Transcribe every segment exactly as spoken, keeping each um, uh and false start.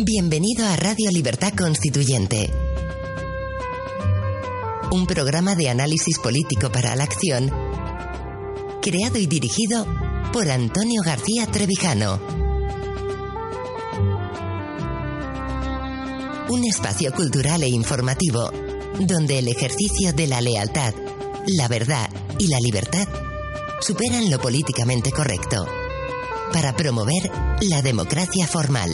Bienvenido a Radio Libertad Constituyente, un programa de análisis político para la acción, creado y dirigido por Antonio García Trevijano. Un espacio cultural e informativo donde el ejercicio de la lealtad, la verdad y la libertad superan lo políticamente correcto para promover la democracia formal.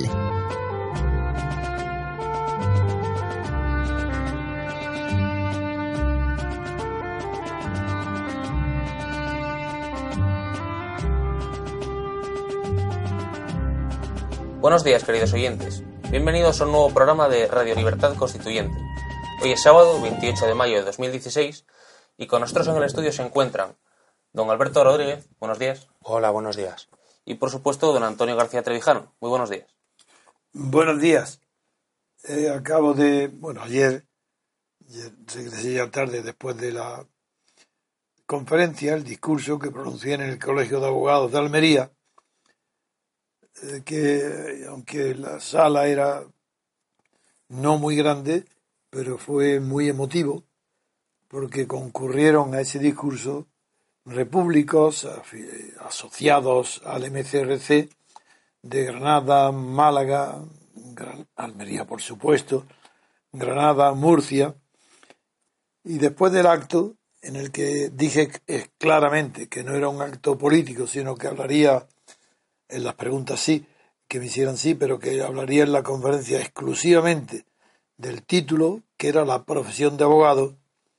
Buenos días, queridos oyentes. Bienvenidos a un nuevo programa de Radio Libertad Constituyente. Hoy es sábado, veintiocho de mayo de dos mil dieciséis, y con nosotros en el estudio se encuentran don Alberto Rodríguez. Buenos días. Hola, buenos días. Y por supuesto, don Antonio García Trevijano. Muy buenos días. Buenos días. Eh, acabo de... Bueno, ayer, ayer regresé ya tarde después de la conferencia, el discurso que pronuncié en el Colegio de Abogados de Almería, eh, que aunque la sala era no muy grande, pero fue muy emotivo, porque concurrieron a ese discurso repúblicos asociados al M C R C de Granada, Málaga, Gran, Almería por supuesto, Granada, Murcia, y después del acto, en el que dije claramente que no era un acto político, sino que hablaría en las preguntas sí, que me hicieran sí, pero que hablaría en la conferencia exclusivamente del título, que era la profesión de abogado.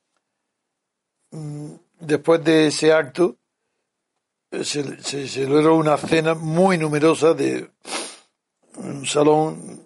Después de ese acto se, se celebró una cena muy numerosa de un salón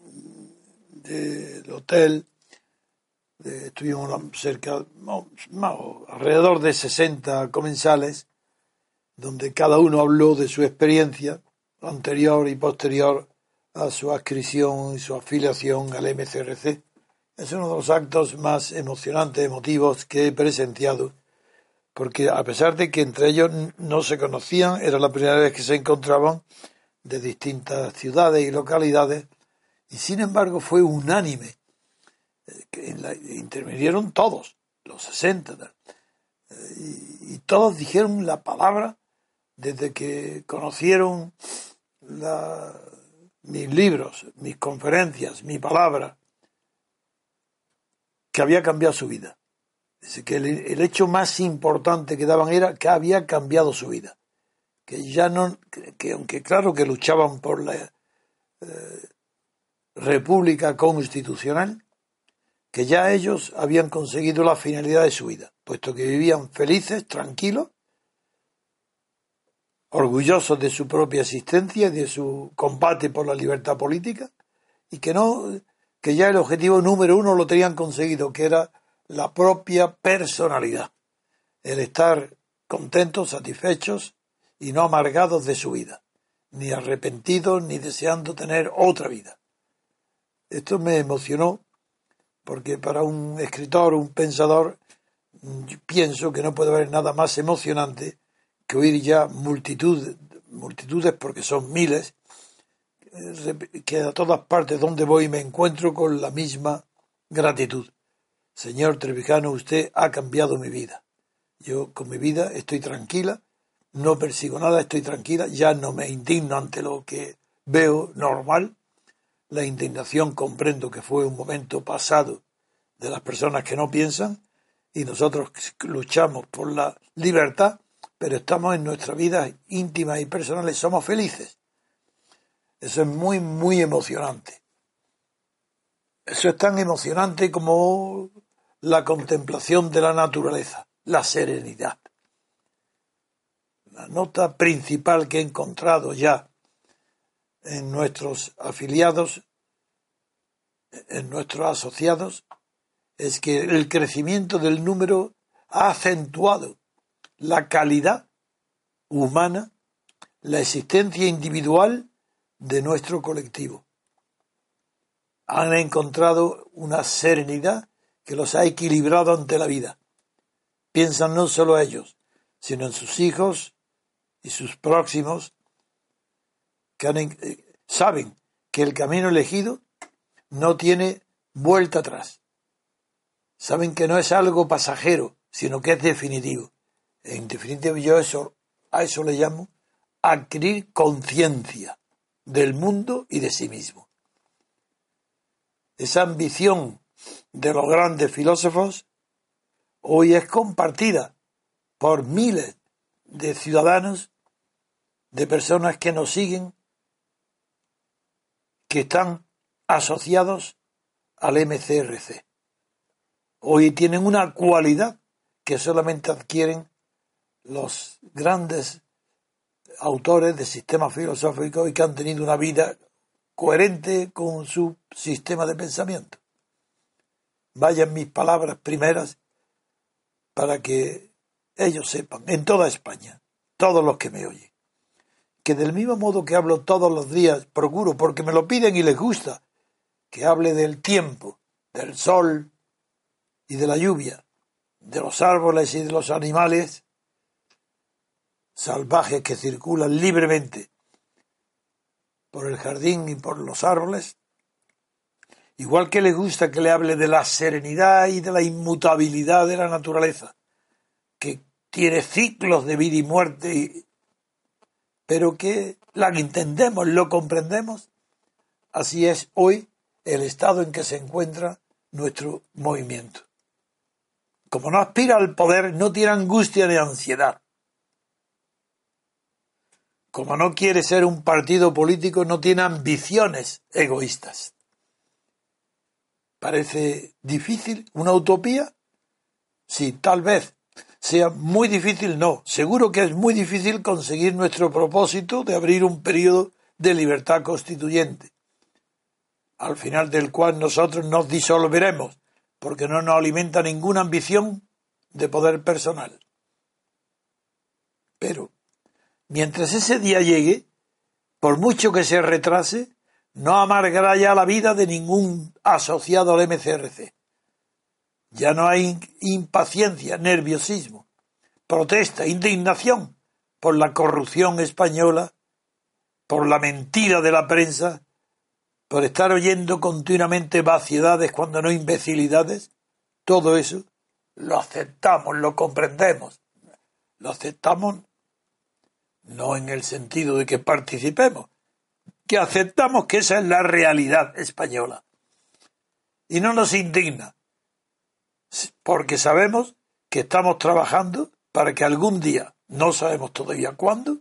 del hotel. De, estuvimos cerca, no, no, alrededor de sesenta comensales, donde cada uno habló de su experiencia anterior y posterior a su adscripción y su afiliación al M C R C. Es uno de los actos más emocionantes, emotivos que he presenciado, porque a pesar de que entre ellos no se conocían, era la primera vez que se encontraban de distintas ciudades y localidades, y sin embargo fue unánime, que en la, intervinieron todos, los sesenta, y, y todos dijeron la palabra desde que conocieron la, mis libros, mis conferencias, mi palabra, que había cambiado su vida. Dice que el, el hecho más importante que daban era que había cambiado su vida. Que ya no, que, que aunque claro que luchaban por la eh, república constitucional, que ya ellos habían conseguido la finalidad de su vida, puesto que vivían felices, tranquilos, orgullosos de su propia existencia y de su combate por la libertad política, y que no, que ya el objetivo número uno lo tenían conseguido, que era la propia personalidad, el estar contentos, satisfechos y no amargados de su vida, ni arrepentidos ni deseando tener otra vida. Esto me emocionó, porque para un escritor, un pensador, pienso que no puede haber nada más emocionante que oír ya multitud, multitudes, porque son miles, que a todas partes donde voy me encuentro con la misma gratitud. Señor Trevijano, usted ha cambiado mi vida. Yo con mi vida estoy tranquila, no persigo nada, estoy tranquila, ya no me indigno ante lo que veo normal. La indignación comprendo que fue un momento pasado de las personas que no piensan, y nosotros luchamos por la libertad, pero estamos en nuestra vida íntima y personales, somos felices. Eso es muy, muy emocionante. Eso es tan emocionante como la contemplación de la naturaleza, la serenidad. La nota principal que he encontrado ya en nuestros afiliados, en nuestros asociados, es que el crecimiento del número ha acentuado la calidad humana, la existencia individual de nuestro colectivo. Han encontrado una serenidad que los ha equilibrado ante la vida. Piensan no solo a ellos, sino en sus hijos y sus próximos, que han, eh, saben que el camino elegido no tiene vuelta atrás. Saben que no es algo pasajero, sino que es definitivo. En definitiva, yo eso, a eso le llamo adquirir conciencia del mundo y de sí mismo. Esa ambición de los grandes filósofos hoy es compartida por miles de ciudadanos, de personas que nos siguen, que están asociados al M C R C. Hoy tienen una cualidad que solamente adquieren los grandes autores de sistemas filosóficos y que han tenido una vida coherente con su sistema de pensamiento. Vayan mis palabras primeras para que ellos sepan, en toda España, todos los que me oyen, que del mismo modo que hablo todos los días, procuro, porque me lo piden y les gusta, que hable del tiempo, del sol y de la lluvia, de los árboles y de los animales salvajes que circulan libremente por el jardín y por los árboles, igual que les gusta que le hable de la serenidad y de la inmutabilidad de la naturaleza, que tiene ciclos de vida y muerte, y, pero que la entendemos, lo comprendemos. Así es hoy el estado en que se encuentra nuestro movimiento. Como no aspira al poder, no tiene angustia ni ansiedad. Como no quiere ser un partido político, no tiene ambiciones egoístas. ¿Parece difícil? ¿Una utopía? Sí, tal vez. Sea muy difícil, no. Seguro que es muy difícil conseguir nuestro propósito de abrir un periodo de libertad constituyente, al final del cual nosotros nos disolveremos, porque no nos alimenta ninguna ambición de poder personal. Pero mientras ese día llegue, por mucho que se retrase, no amargará ya la vida de ningún asociado al M C R C. Ya no hay impaciencia, nerviosismo, protesta, indignación por la corrupción española, por la mentira de la prensa, por estar oyendo continuamente vaciedades cuando no imbecilidades. Todo eso lo aceptamos, lo comprendemos. Lo aceptamos no en el sentido de que participemos, que aceptamos que esa es la realidad española. Y no nos indigna, porque sabemos que estamos trabajando para que algún día, no sabemos todavía cuándo,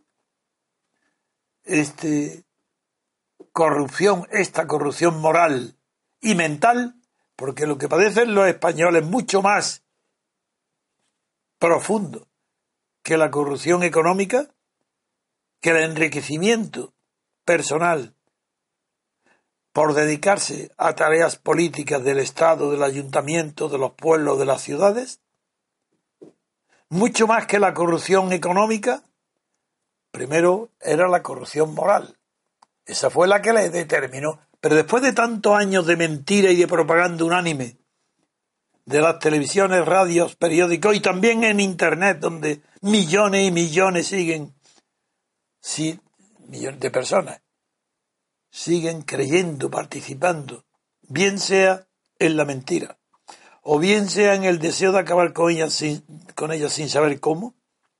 este corrupción, esta corrupción moral y mental, porque lo que padecen los españoles es mucho más profundo que la corrupción económica, que el enriquecimiento personal por dedicarse a tareas políticas del Estado, del Ayuntamiento, de los pueblos, de las ciudades, mucho más que la corrupción económica. Primero era la corrupción moral. Esa fue la que le determinó. Pero después de tantos años de mentira y de propaganda unánime, de las televisiones, radios, periódicos y también en Internet, donde millones y millones siguen, sí, millones de personas, siguen creyendo, participando, bien sea en la mentira, o bien sea en el deseo de acabar con ellas sin, con ellas sin saber cómo.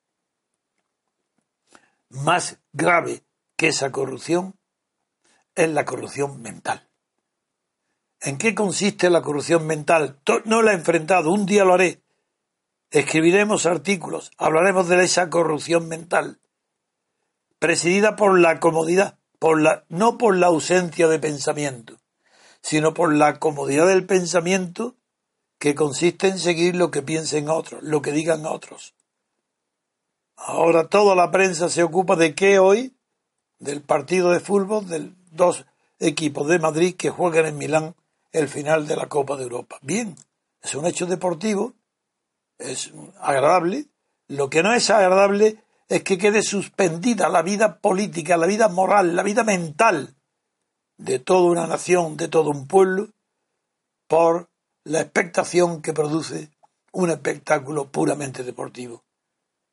Más grave que esa corrupción es la corrupción mental. ¿En qué consiste la corrupción mental? No la he enfrentado, un día lo haré. Escribiremos artículos, hablaremos de esa corrupción mental, presidida por la comodidad, por la, no por la ausencia de pensamiento, sino por la comodidad del pensamiento, que consiste en seguir lo que piensen otros, lo que digan otros. Ahora toda la prensa se ocupa de qué hoy, del partido de fútbol, de dos equipos de Madrid que juegan en Milán el final de la Copa de Europa. Bien, es un hecho deportivo, es agradable. Lo que no es agradable es que quede suspendida la vida política, la vida moral, la vida mental de toda una nación, de todo un pueblo, por la expectación que produce un espectáculo puramente deportivo.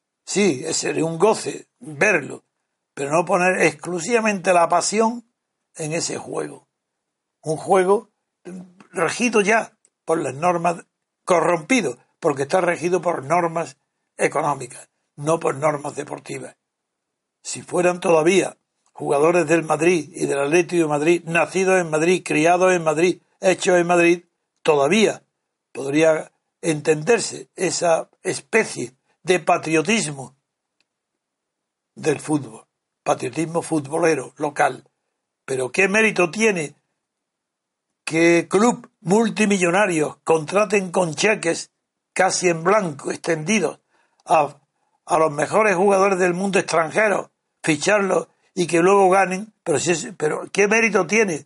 Sí, sería un goce verlo, pero no poner exclusivamente la pasión en ese juego. Un juego regido ya por las normas, corrompido, porque está regido por normas económicas, no por normas deportivas. Si fueran todavía jugadores del Madrid y del Atlético de Madrid, nacidos en Madrid, criados en Madrid, hechos en Madrid, todavía podría entenderse esa especie de patriotismo del fútbol, patriotismo futbolero local. Pero ¿qué mérito tiene que club multimillonarios contraten con cheques casi en blanco extendidos a, a los mejores jugadores del mundo extranjeros, ficharlos y que luego ganen? Pero, si es, pero ¿qué mérito tiene?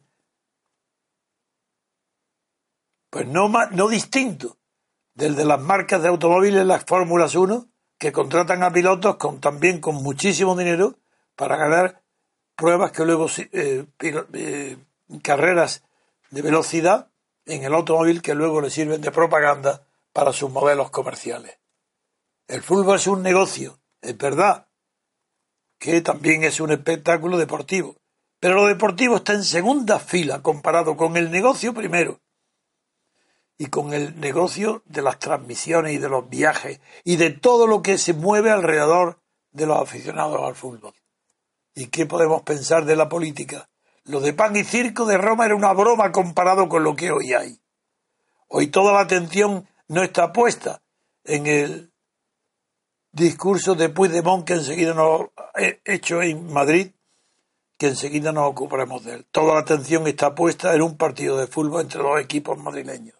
Pues no, no distinto del de las marcas de automóviles, las Fórmulas uno, que contratan a pilotos con también con muchísimo dinero para ganar pruebas que luego eh, eh, carreras de velocidad en el automóvil que luego le sirven de propaganda para sus modelos comerciales. El fútbol es un negocio, es verdad, que también es un espectáculo deportivo, pero lo deportivo está en segunda fila comparado con el negocio primero, y con el negocio de las transmisiones y de los viajes y de todo lo que se mueve alrededor de los aficionados al fútbol. ¿Y qué podemos pensar de la política? Lo de pan y circo de Roma era una broma comparado con lo que hoy hay. Hoy toda la atención no está puesta en el discurso de Puigdemont que enseguida nos ha hecho en Madrid, que enseguida nos ocuparemos de él. Toda la atención está puesta en un partido de fútbol entre dos equipos madrileños.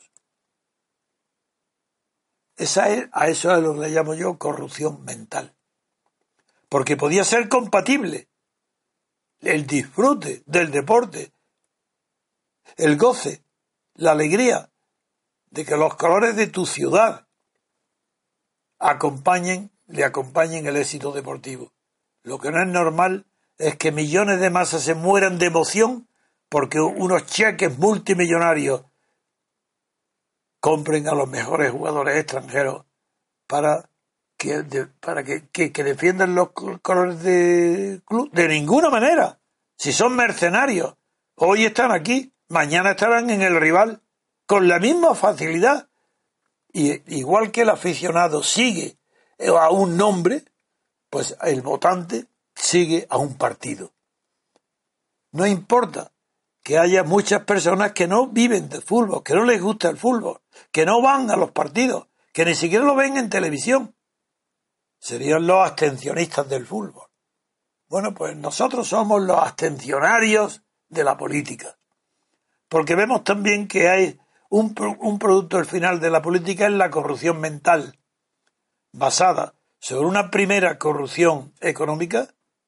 Esa es, a eso es lo que le llamo yo corrupción mental. Porque podía ser compatible el disfrute del deporte, el goce, la alegría de que los colores de tu ciudad acompañen, le acompañen el éxito deportivo. Lo que no es normal es que millones de masas se mueran de emoción porque unos cheques multimillonarios compren a los mejores jugadores extranjeros para que, de, para que, que, que defiendan los colores de club. De ninguna manera. Si son mercenarios, hoy están aquí, mañana estarán en el rival con la misma facilidad. Y igual que el aficionado sigue a un nombre, pues el votante sigue a un partido. No importa que haya muchas personas que no viven de fútbol, que no les gusta el fútbol, que no van a los partidos, que ni siquiera lo ven en televisión. Serían los abstencionistas del fútbol. Bueno, pues nosotros somos los abstencionarios de la política. Porque vemos también que hay un, un producto al final de la política, es la corrupción mental, basada sobre una primera corrupción económica,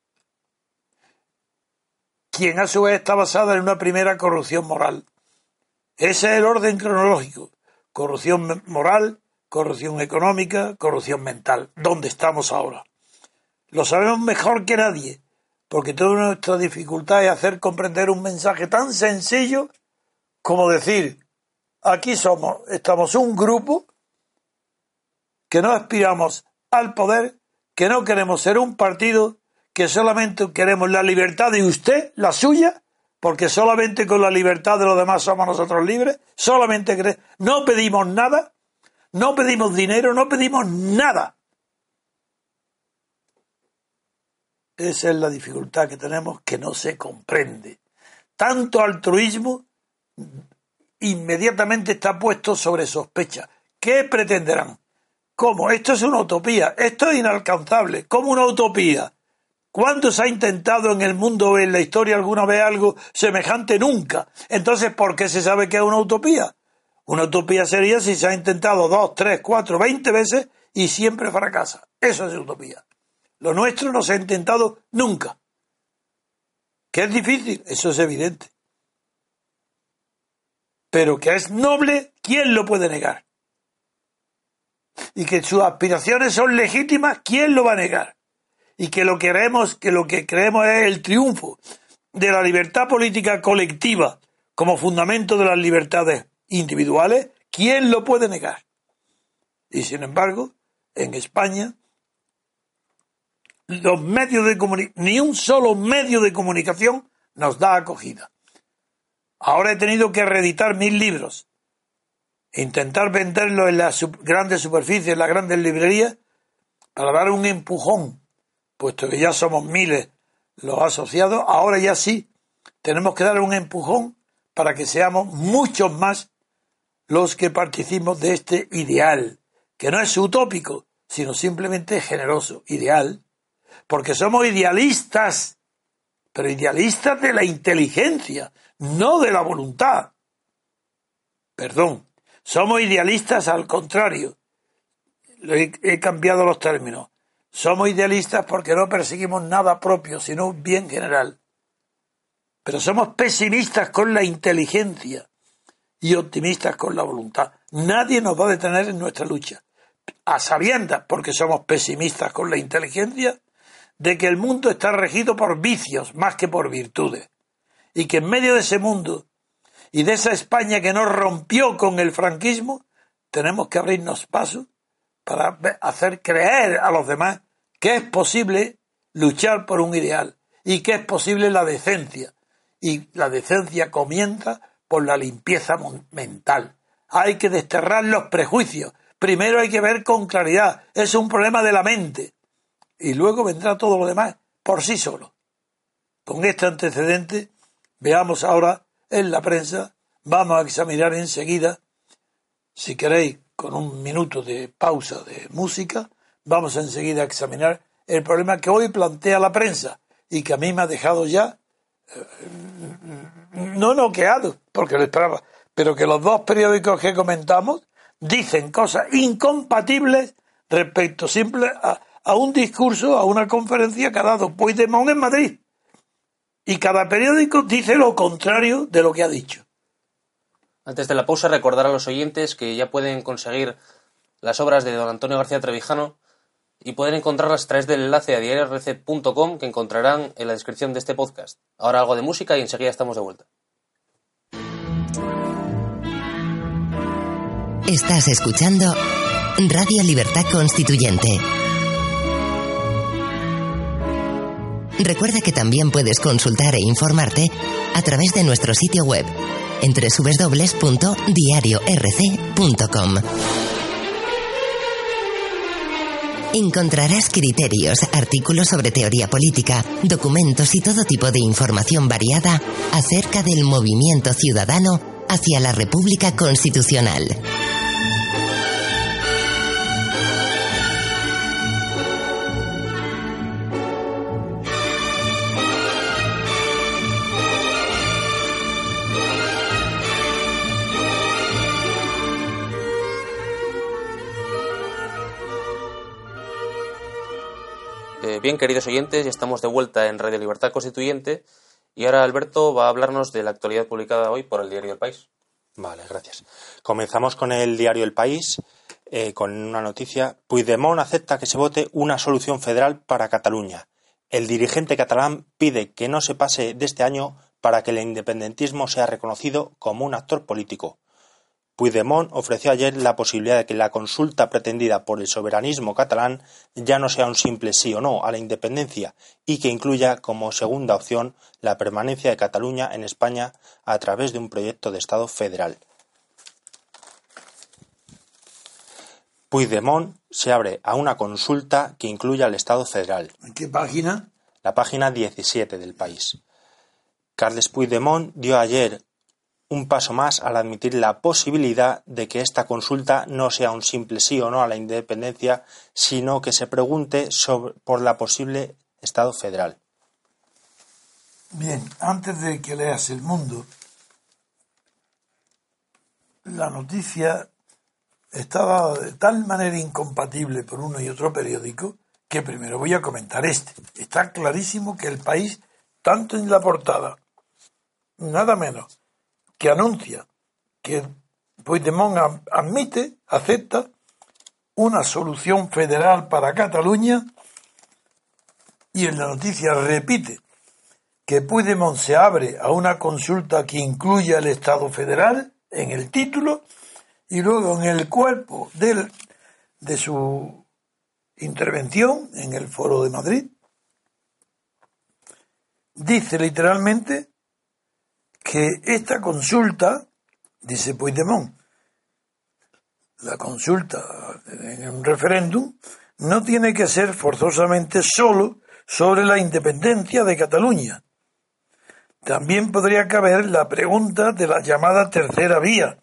quien a su vez está basada en una primera corrupción moral. Ese es el orden cronológico. Corrupción moral, corrupción económica, corrupción mental. ¿Dónde estamos ahora? Lo sabemos mejor que nadie, porque toda nuestra dificultad es hacer comprender un mensaje tan sencillo como decir, aquí somos, estamos un grupo que no aspiramos al poder, que no queremos ser un partido, que solamente queremos la libertad de usted, la suya, porque solamente con la libertad de los demás somos nosotros libres, solamente cre- no pedimos nada, no pedimos dinero, no pedimos nada. Esa es la dificultad que tenemos, que no se comprende. Tanto altruismo inmediatamente está puesto sobre sospecha. ¿Qué pretenderán? ¿Cómo? Esto es una utopía, esto es inalcanzable. ¿Cómo una utopía? ¿Cuándo se ha intentado en el mundo o en la historia alguna vez algo semejante? Nunca. Entonces, ¿por qué se sabe que es una utopía? Una utopía sería si se ha intentado dos, tres, cuatro, veinte veces y siempre fracasa. Eso es utopía. Lo nuestro no se ha intentado nunca. ¿Que es difícil? Eso es evidente. Pero que es noble, ¿quién lo puede negar? Y que sus aspiraciones son legítimas, ¿quién lo va a negar? Y que lo queremos, que lo que creemos es el triunfo de la libertad política colectiva como fundamento de las libertades individuales, ¿quién lo puede negar? Y sin embargo, en España, los medios de comunicación, ni un solo medio de comunicación nos da acogida. Ahora he tenido que reeditar mis libros, intentar venderlos en las sub- grandes superficies, en las grandes librerías, para dar un empujón, puesto que ya somos miles los asociados. Ahora ya sí, tenemos que dar un empujón para que seamos muchos más los que participemos de este ideal, que no es utópico, sino simplemente generoso, ideal, porque somos idealistas, pero idealistas de la inteligencia, no de la voluntad. Perdón, somos idealistas al contrario. He, he cambiado los términos. Somos idealistas porque no perseguimos nada propio, sino un bien general. Pero somos pesimistas con la inteligencia y optimistas con la voluntad. Nadie nos va a detener en nuestra lucha. A sabiendas, porque somos pesimistas con la inteligencia, de que el mundo está regido por vicios más que por virtudes. Y que en medio de ese mundo y de esa España que nos rompió con el franquismo, tenemos que abrirnos paso para hacer creer a los demás que es posible luchar por un ideal y que es posible la decencia. Y la decencia comienza por la limpieza mental. Hay que desterrar los prejuicios. Primero hay que ver con claridad. Es un problema de la mente. Y luego vendrá todo lo demás por sí solo. Con este antecedente, veamos ahora en la prensa, vamos a examinar enseguida, si queréis, con un minuto de pausa de música, vamos enseguida a examinar el problema que hoy plantea la prensa y que a mí me ha dejado ya eh, no noqueado, porque lo esperaba, pero que los dos periódicos que comentamos dicen cosas incompatibles respecto simple a, a un discurso, a una conferencia que ha dado Puigdemont en Madrid. Y cada periódico dice lo contrario de lo que ha dicho. Antes de la pausa, recordar a los oyentes que ya pueden conseguir las obras de don Antonio García Trevijano y pueden encontrarlas a través del enlace a diario r c punto com que encontrarán en la descripción de este podcast. Ahora algo de música y enseguida estamos de vuelta. Estás escuchando Radio Libertad Constituyente. Recuerda que también puedes consultar e informarte a través de nuestro sitio web en doble u doble u doble u punto diario r c punto com. Encontrarás criterios, artículos sobre teoría política, documentos y todo tipo de información variada acerca del movimiento ciudadano hacia la República Constitucional. Bien, queridos oyentes, ya estamos de vuelta en Radio Libertad Constituyente y ahora Alberto va a hablarnos de la actualidad publicada hoy por el diario El País. Vale, gracias. Comenzamos con el diario El País, eh, con una noticia. Puigdemont acepta que se vote una solución federal para Cataluña. El dirigente catalán pide que no se pase de este año para que el independentismo sea reconocido como un actor político. Puigdemont ofreció ayer la posibilidad de que la consulta pretendida por el soberanismo catalán ya no sea un simple sí o no a la independencia y que incluya como segunda opción la permanencia de Cataluña en España a través de un proyecto de Estado federal. Puigdemont se abre a una consulta que incluya al Estado federal. ¿En qué página? La página diecisiete del País. Carles Puigdemont dio ayer un paso más al admitir la posibilidad de que esta consulta no sea un simple sí o no a la independencia, sino que se pregunte sobre, por la posible Estado federal. Bien, antes de que leas El Mundo, la noticia estaba de tal manera incompatible por uno y otro periódico que primero voy a comentar este. Está clarísimo que El País, tanto en la portada, nada menos, que anuncia que Puigdemont admite, acepta una solución federal para Cataluña y en la noticia repite que Puigdemont se abre a una consulta que incluya el Estado federal en el título y luego en el cuerpo del, de su intervención en el Foro de Madrid dice literalmente que esta consulta, dice Puigdemont, la consulta en un referéndum no tiene que ser forzosamente solo sobre la independencia de Cataluña. También podría caber la pregunta de la llamada tercera vía,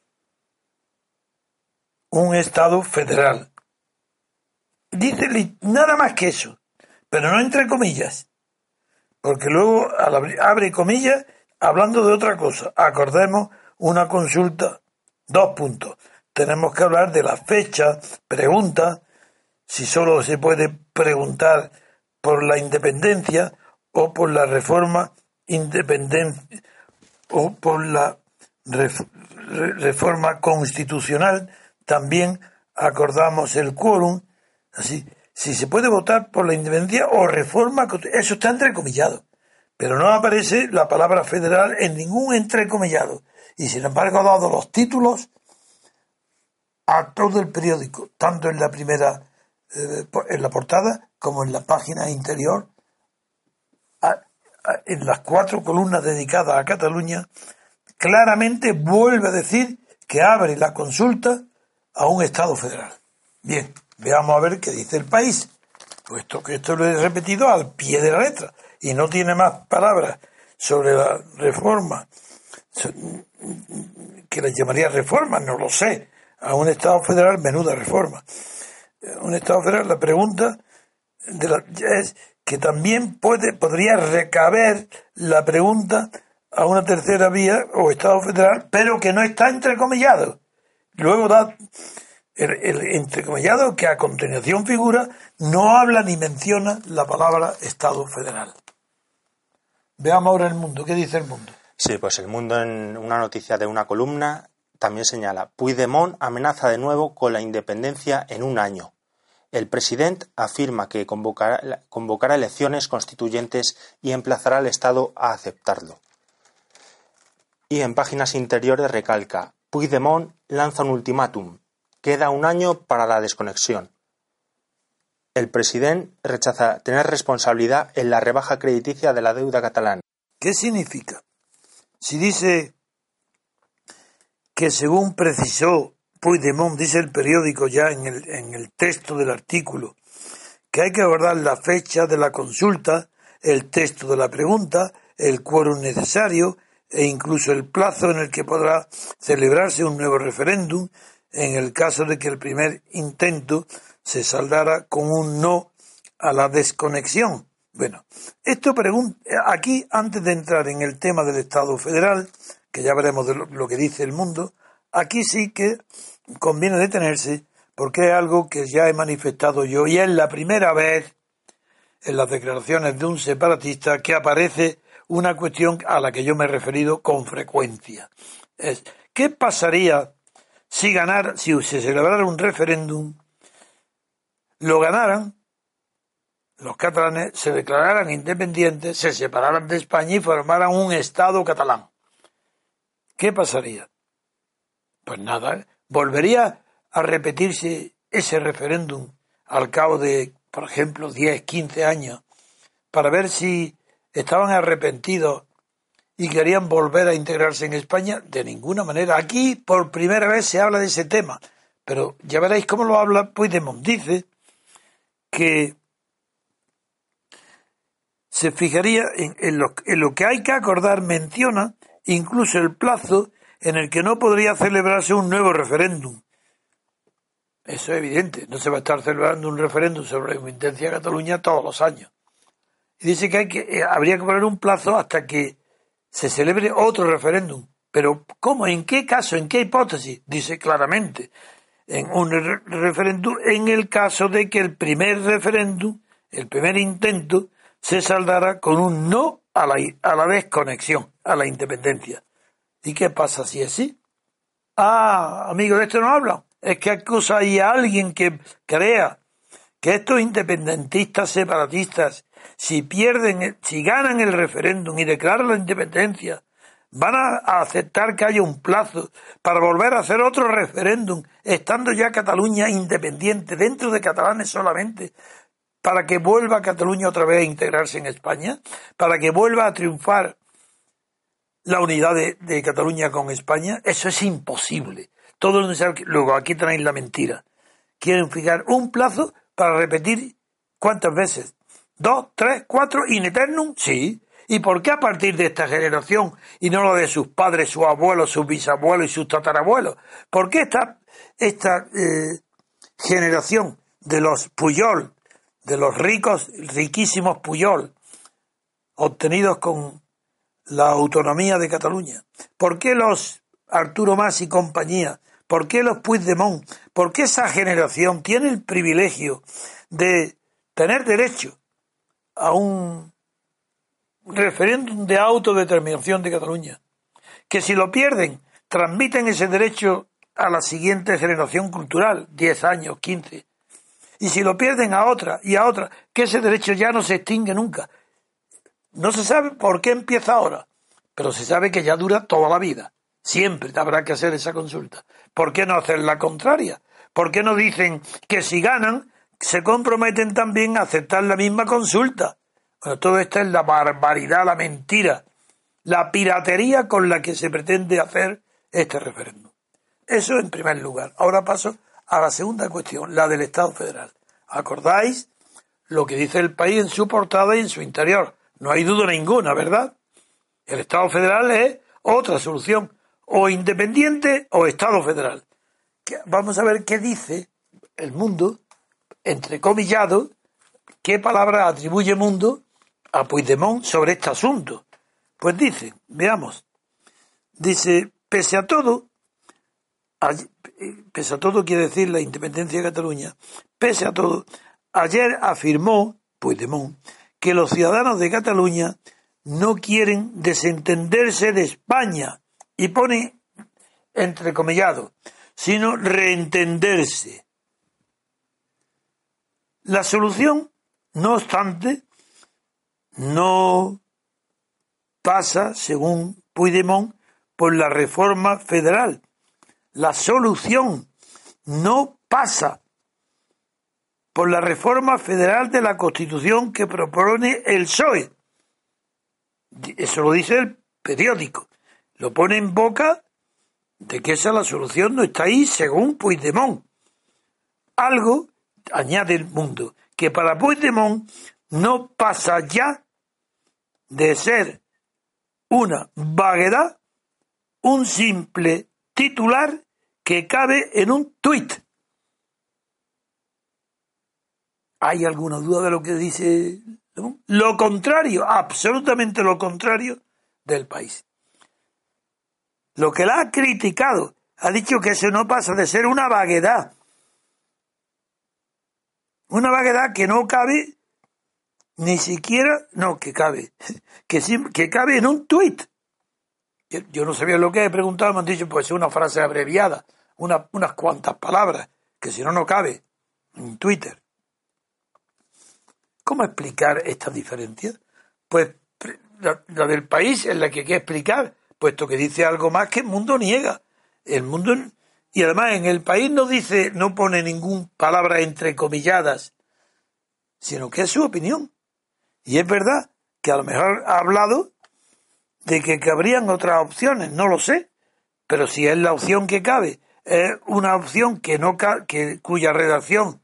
un Estado federal. Dice nada más que eso, pero no entre comillas, porque luego abre comillas hablando de otra cosa. Acordemos una consulta, dos puntos. Tenemos que hablar de la fecha, pregunta, si solo se puede preguntar por la independencia o por la reforma independencia o por la ref, re, reforma constitucional. También acordamos el quórum, así, si se puede votar por la independencia o reforma, eso está entrecomillado, pero no aparece la palabra federal en ningún entrecomillado, y sin embargo ha dado los títulos a todo el periódico, tanto en la primera, eh, en la portada, como en la página interior, a, a, en las cuatro columnas dedicadas a Cataluña, claramente vuelve a decir que abre la consulta a un Estado federal. Bien, veamos a ver qué dice El País, puesto que esto lo he repetido al pie de la letra, y no tiene más palabras sobre la reforma, que les llamaría reforma, no lo sé, a un Estado federal, menuda reforma. Un Estado federal, la pregunta de la, es que también puede, podría recaber la pregunta a una tercera vía o Estado federal, pero que no está entrecomillado. Luego da el, el entrecomillado que a continuación figura, no habla ni menciona la palabra Estado federal. Veamos ahora El Mundo. ¿Qué dice El Mundo? Sí, pues El Mundo, en una noticia de una columna, también señala: Puigdemont amenaza de nuevo con la independencia en un año. El presidente afirma que convocará, convocará elecciones constituyentes y emplazará al Estado a aceptarlo. Y en páginas interiores recalca: Puigdemont lanza un ultimátum. Queda un año para la desconexión. El presidente rechaza tener responsabilidad en la rebaja crediticia de la deuda catalana. ¿Qué significa? Si dice que según precisó Puigdemont, dice el periódico ya en el, en el texto del artículo, que hay que guardar la fecha de la consulta, el texto de la pregunta, el quórum necesario e incluso el plazo en el que podrá celebrarse un nuevo referéndum en el caso de que el primer intento se saldara con un no a la desconexión. Bueno, esto pregunta, aquí antes de entrar en el tema del Estado federal, que ya veremos de lo, lo que dice El Mundo, aquí sí que conviene detenerse porque es algo que ya he manifestado yo y es la primera vez en las declaraciones de un separatista que aparece una cuestión a la que yo me he referido con frecuencia. Es, ¿qué pasaría si ganara, si se celebrara un referéndum, lo ganaran, los catalanes se declararan independientes, se separaran de España y formaran un Estado catalán? ¿Qué pasaría? Pues nada, volvería a repetirse ese referéndum al cabo de, por ejemplo, diez, quince años, para ver si estaban arrepentidos y querían volver a integrarse en España. De ninguna manera. Aquí por primera vez se habla de ese tema, pero ya veréis cómo lo habla Puigdemont. Dice que se fijaría en, en, lo, en lo que hay que acordar, menciona incluso el plazo en el que no podría celebrarse un nuevo referéndum. Eso es evidente, no se va a estar celebrando un referéndum sobre la independencia de Cataluña todos los años. Y dice que, hay que eh, habría que poner un plazo hasta que se celebre otro referéndum. Pero ¿cómo? ¿En qué caso? ¿En qué hipótesis? Dice claramente, en un re- referéndum en el caso de que el primer referéndum, el primer intento, se saldara con un no a la, a la desconexión, a la independencia. ¿Y qué pasa si es así? Ah, amigos, de esto no hablan. Es que acusa ahí a alguien que crea que estos independentistas separatistas, si pierden, si ganan el referéndum y declaran la independencia, van a aceptar que haya un plazo para volver a hacer otro referéndum, estando ya Cataluña independiente, dentro de catalanes solamente, para que vuelva Cataluña otra vez a integrarse en España, para que vuelva a triunfar la unidad de, de Cataluña con España. Eso es imposible. Todo lo necesario. Luego, aquí tenéis la mentira. Quieren fijar un plazo para repetir ¿cuántas veces? ¿Dos, tres, cuatro, in eternum? Sí. ¿Y por qué a partir de esta generación y no la de sus padres, sus abuelos, sus bisabuelos y sus tatarabuelos? ¿Por qué esta, esta eh, generación de los Puyol, de los ricos, riquísimos Puyol, obtenidos con la autonomía de Cataluña? ¿Por qué los Arturo Mas y compañía? ¿Por qué los Puigdemont? ¿Por qué esa generación tiene el privilegio de tener derecho a un referéndum de autodeterminación de Cataluña? Que si lo pierden, transmiten ese derecho a la siguiente generación cultural, diez años, quince. Y si lo pierden a otra y a otra, que ese derecho ya no se extingue nunca. No se sabe por qué empieza ahora, pero se sabe que ya dura toda la vida. Siempre habrá que hacer esa consulta. ¿Por qué no hacer la contraria? ¿Por qué no dicen que si ganan, se comprometen también a aceptar la misma consulta? Bueno, todo esto es la barbaridad, la mentira, la piratería con la que se pretende hacer este referéndum. Eso en primer lugar. Ahora paso a la segunda cuestión, la del Estado federal. ¿Acordáis lo que dice el país en su portada y en su interior? No hay duda ninguna, ¿verdad? El Estado federal es otra solución, o independiente o Estado federal. Vamos a ver qué dice el Mundo, entrecomillado, qué palabra atribuye Mundo a Puigdemont sobre este asunto. Pues dice, veamos, dice, pese a todo, pese a todo quiere decir la independencia de Cataluña, pese a todo, ayer afirmó Puigdemont que los ciudadanos de Cataluña no quieren desentenderse de España, y pone entrecomillado, sino reentenderse. La solución, no obstante, no pasa, según Puigdemont, por la reforma federal. La solución no pasa por la reforma federal de la Constitución que propone el P S O E. Eso lo dice el periódico. Lo pone en boca de que esa la solución no está ahí, según Puigdemont. Algo, añade el Mundo, que para Puigdemont no pasa ya de ser una vaguedad, un simple titular que cabe en un tuit. ¿Hay alguna duda de lo que dice? Lo contrario, absolutamente lo contrario del país. Lo que la ha criticado, ha dicho que eso no pasa de ser una vaguedad. Una vaguedad que no cabe ni siquiera, no, que cabe, que, que cabe en un tuit. Yo, yo no sabía lo que he preguntado, me han dicho, pues es una frase abreviada, una, unas cuantas palabras, que si no, no cabe en Twitter. ¿Cómo explicar estas diferencias? Pues la, la del país es la que hay que explicar, puesto que dice algo más que el Mundo niega. El Mundo, y además en el país no dice, no pone ninguna palabra entrecomilladas, sino que es su opinión. Y es verdad que a lo mejor ha hablado de que cabrían otras opciones, no lo sé, pero si es la opción que cabe, es una opción que no ca- que cuya redacción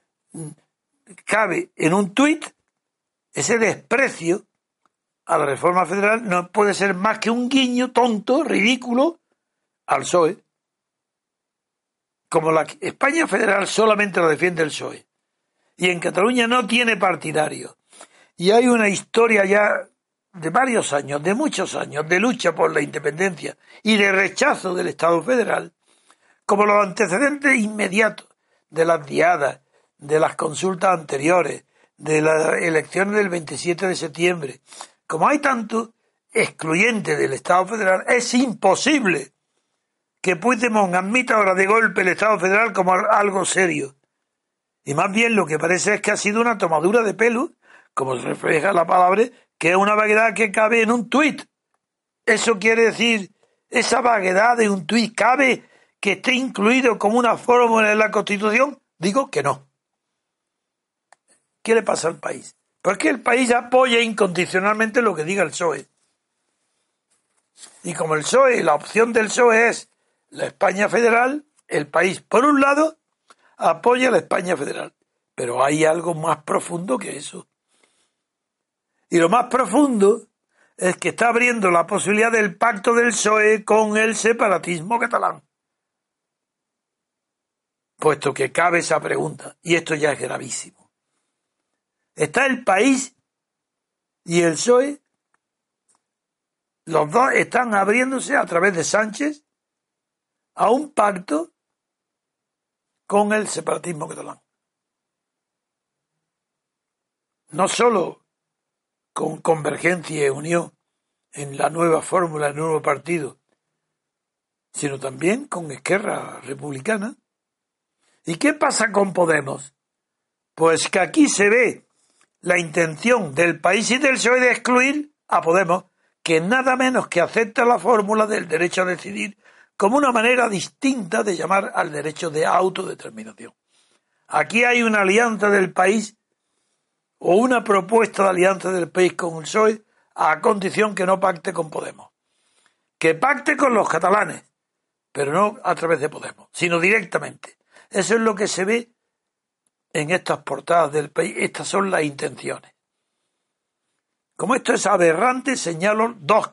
cabe en un tuit, ese desprecio a la reforma federal no puede ser más que un guiño tonto, ridículo, al P S O E. Como la España federal solamente lo defiende el P S O E, y en Cataluña no tiene partidario, y hay una historia ya de varios años, de muchos años, de lucha por la independencia y de rechazo del Estado federal, como los antecedentes inmediatos de las diadas, de las consultas anteriores, de las elecciones del veintisiete de septiembre. Como hay tanto excluyente del Estado federal, es imposible que Puigdemont admita ahora de golpe el Estado federal como algo serio. Y más bien lo que parece es que ha sido una tomadura de pelo, como se refleja la palabra, que es una vaguedad que cabe en un tuit. Eso quiere decir, esa vaguedad de un tuit cabe que esté incluido como una fórmula en la Constitución. Digo que no. ¿Qué le pasa al país? Pues que el país apoya incondicionalmente lo que diga el P S O E. Y como el P S O E, la opción del P S O E es la España federal, el país, por un lado, apoya a la España federal. Pero hay algo más profundo que eso. Y lo más profundo es que está abriendo la posibilidad del pacto del P S O E con el separatismo catalán. Puesto que cabe esa pregunta, y esto ya es gravísimo. Está el país y el P S O E, los dos están abriéndose a través de Sánchez a un pacto con el separatismo catalán. No solo con Convergencia y Unión en la nueva fórmula, el nuevo partido, sino también con Esquerra Republicana. ¿Y qué pasa con Podemos? Pues que aquí se ve la intención del país y del P S O E de excluir a Podemos, que nada menos que acepta la fórmula del derecho a decidir como una manera distinta de llamar al derecho de autodeterminación. Aquí hay una alianza del país o una propuesta de alianza del país con el P S O E a condición que no pacte con Podemos. Que pacte con los catalanes, pero no a través de Podemos, sino directamente. Eso es lo que se ve en estas portadas del país. Estas son las intenciones. Como esto es aberrante, señalo dos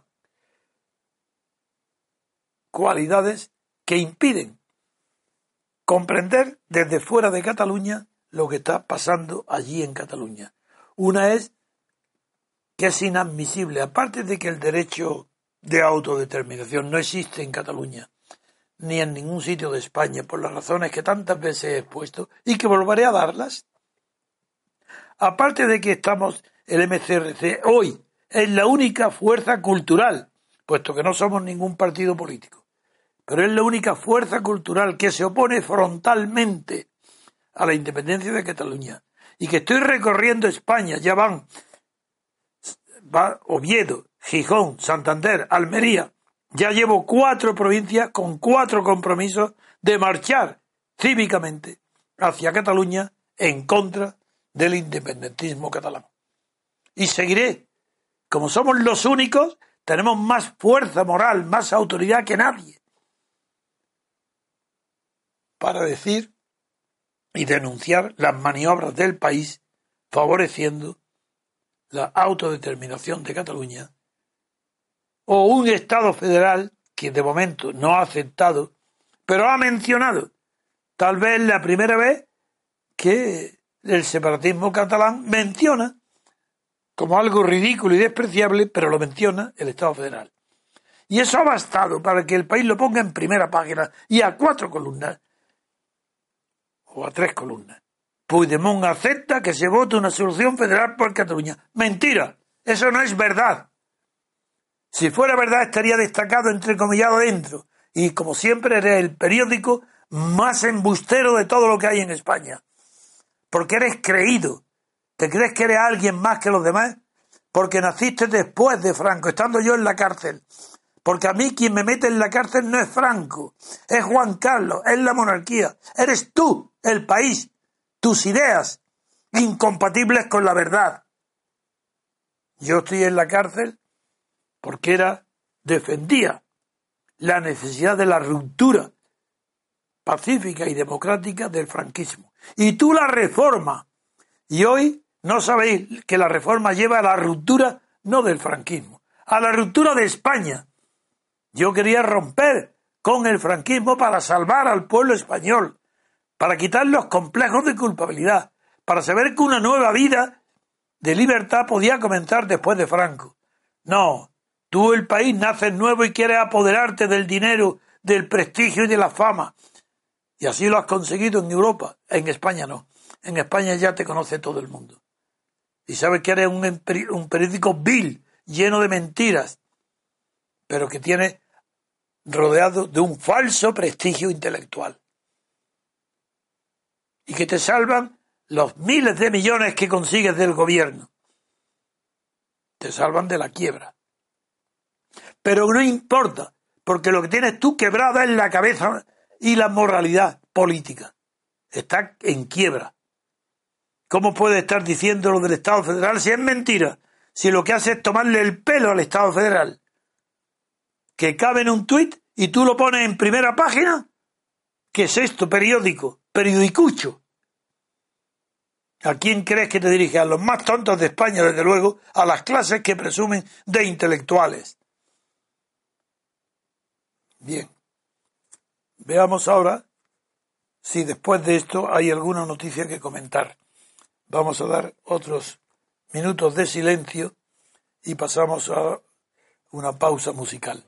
cualidades que impiden comprender desde fuera de Cataluña lo que está pasando allí en Cataluña. Una es que es inadmisible, aparte de que el derecho de autodeterminación no existe en Cataluña, ni en ningún sitio de España, por las razones que tantas veces he expuesto, y que volveré a darlas. Aparte de que estamos, el M C R C hoy es la única fuerza cultural, puesto que no somos ningún partido político, pero es la única fuerza cultural que se opone frontalmente a la independencia de Cataluña, y que estoy recorriendo España, ya van, va Oviedo, Gijón, Santander, Almería, ya llevo cuatro provincias con cuatro compromisos de marchar cívicamente hacia Cataluña en contra del independentismo catalán. Y seguiré. Como somos los únicos, tenemos más fuerza moral, más autoridad que nadie para decir y denunciar las maniobras del país favoreciendo la autodeterminación de Cataluña, o un Estado federal que de momento no ha aceptado, pero ha mencionado, tal vez la primera vez que el separatismo catalán menciona como algo ridículo y despreciable, pero lo menciona el Estado federal. Y eso ha bastado para que el país lo ponga en primera página y a cuatro columnas, o a tres columnas. Puigdemont acepta que se vote una solución federal por Cataluña. Mentira, eso no es verdad. Si fuera verdad estaría destacado entrecomillado dentro, y como siempre eres el periódico más embustero de todo lo que hay en España, porque eres creído. ¿Te crees que eres alguien más que los demás? Porque naciste después de Franco, estando yo en la cárcel. Porque a mí quien me mete en la cárcel no es Franco, es Juan Carlos, es la monarquía. Eres tú, el país, tus ideas, incompatibles con la verdad. Yo estoy en la cárcel porque era, defendía la necesidad de la ruptura pacífica y democrática del franquismo. Y tú la reforma. Y hoy no sabéis que la reforma lleva a la ruptura no del franquismo, a la ruptura de España. Yo quería romper con el franquismo para salvar al pueblo español, para quitar los complejos de culpabilidad, para saber que una nueva vida de libertad podía comenzar después de Franco. No, tú el país naces nuevo y quieres apoderarte del dinero, del prestigio y de la fama. Y así lo has conseguido en Europa, en España no. En España ya te conoce todo el mundo. Y sabes que eres un, un periódico vil, lleno de mentiras, pero que tiene rodeado de un falso prestigio intelectual. Y que te salvan los miles de millones que consigues del gobierno. Te salvan de la quiebra. Pero no importa, porque lo que tienes tú quebrada es la cabeza y la moralidad política. Está en quiebra. ¿Cómo puede estar diciendo lo del Estado federal si es mentira? Si lo que hace es tomarle el pelo al Estado federal. que cabe en un tuit y tú lo pones en primera página. ¿Qué es esto? Periódico, periodicucho. ¿A quién crees que te dirige? A los más tontos de España, desde luego, a las clases que presumen de intelectuales. Bien. Veamos ahora si después de esto hay alguna noticia que comentar. Vamos a dar otros minutos de silencio y pasamos a una pausa musical.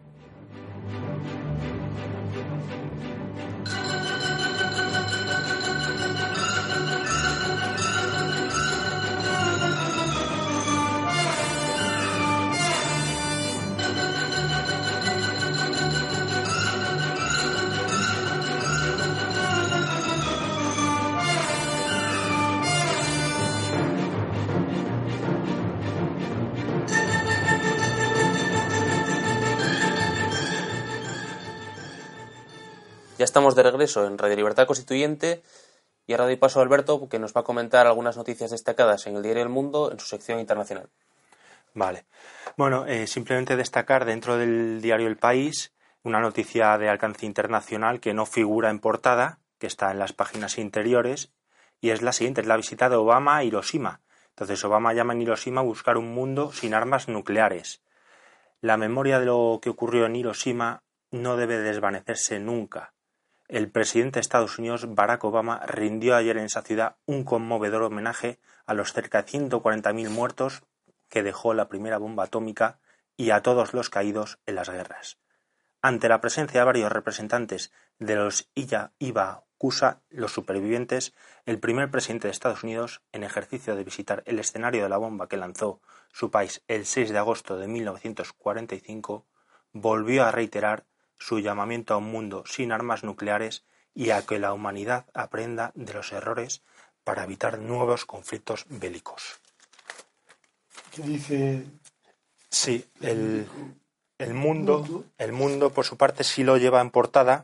Ya estamos de regreso en Radio Libertad Constituyente y ahora doy paso a Alberto, que nos va a comentar algunas noticias destacadas en el diario El Mundo en su sección internacional. Vale. Bueno, eh, simplemente destacar dentro del diario El País una noticia de alcance internacional que no figura en portada, que está en las páginas interiores, y es la siguiente, es la visita de Obama a Hiroshima. Entonces Obama llama en Hiroshima a buscar un mundo sin armas nucleares. La memoria de lo que ocurrió en Hiroshima no debe desvanecerse nunca. El presidente de Estados Unidos, Barack Obama, rindió ayer en esa ciudad un conmovedor homenaje a los cerca de ciento cuarenta mil muertos que dejó la primera bomba atómica y a todos los caídos en las guerras. Ante la presencia de varios representantes de los Iyakusa, los supervivientes, el primer presidente de Estados Unidos, en ejercicio de visitar el escenario de la bomba que lanzó su país el seis de agosto de mil novecientos cuarenta y cinco, volvió a reiterar su llamamiento a un mundo sin armas nucleares y a que la humanidad aprenda de los errores para evitar nuevos conflictos bélicos. ¿Qué dice? Sí, el, el mundo, el mundo por su parte sí lo lleva en portada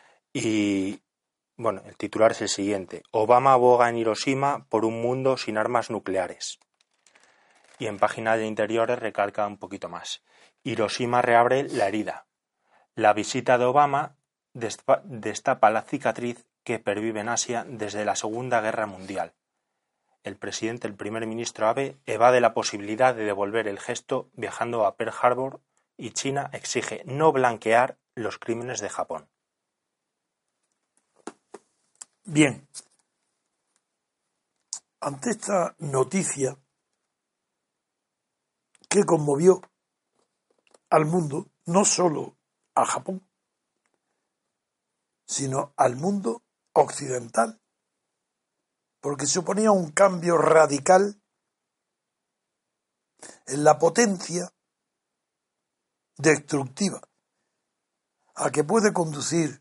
y, bueno, el titular es el siguiente: Obama aboga en Hiroshima por un mundo sin armas nucleares. Y en páginas de interiores recalca un poquito más: Hiroshima reabre la herida. La visita de Obama destapa la cicatriz que pervive en Asia desde la Segunda Guerra Mundial. El presidente, el primer ministro Abe, evade la posibilidad de devolver el gesto viajando a Pearl Harbor y China exige no blanquear los crímenes de Japón. Bien. Ante esta noticia que conmovió al mundo, no solo a Japón, sino al mundo occidental, porque suponía un cambio radical en la potencia destructiva a que puede conducir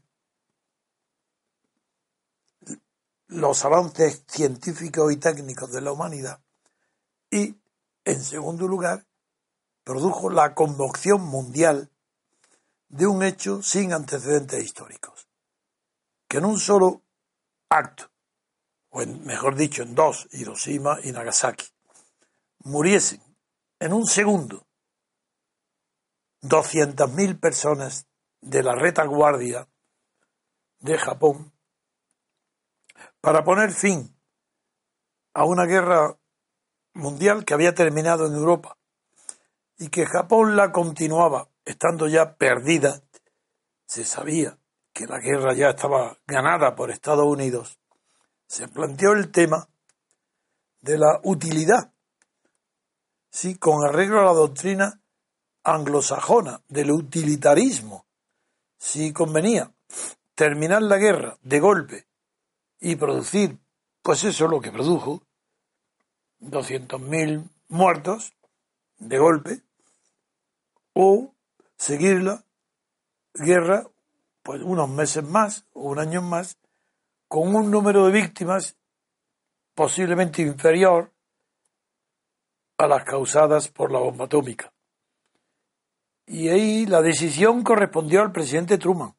los avances científicos y técnicos de la humanidad, y, en segundo lugar, produjo la conmoción mundial de un hecho sin antecedentes históricos, que en un solo acto, o en, mejor dicho, en dos, Hiroshima y Nagasaki, muriesen en un segundo doscientas mil personas de la retaguardia de Japón para poner fin a una guerra mundial que había terminado en Europa y que Japón la continuaba estando ya perdida. Se sabía que la guerra ya estaba ganada por Estados Unidos. Se planteó el tema de la utilidad, sí, con arreglo a la doctrina anglosajona del utilitarismo, si convenía terminar la guerra de golpe y producir, pues eso es lo que produjo, doscientos mil muertos de golpe, o seguir la guerra pues unos meses más o un año más con un número de víctimas posiblemente inferior a las causadas por la bomba atómica. Y ahí la decisión correspondió al presidente Truman.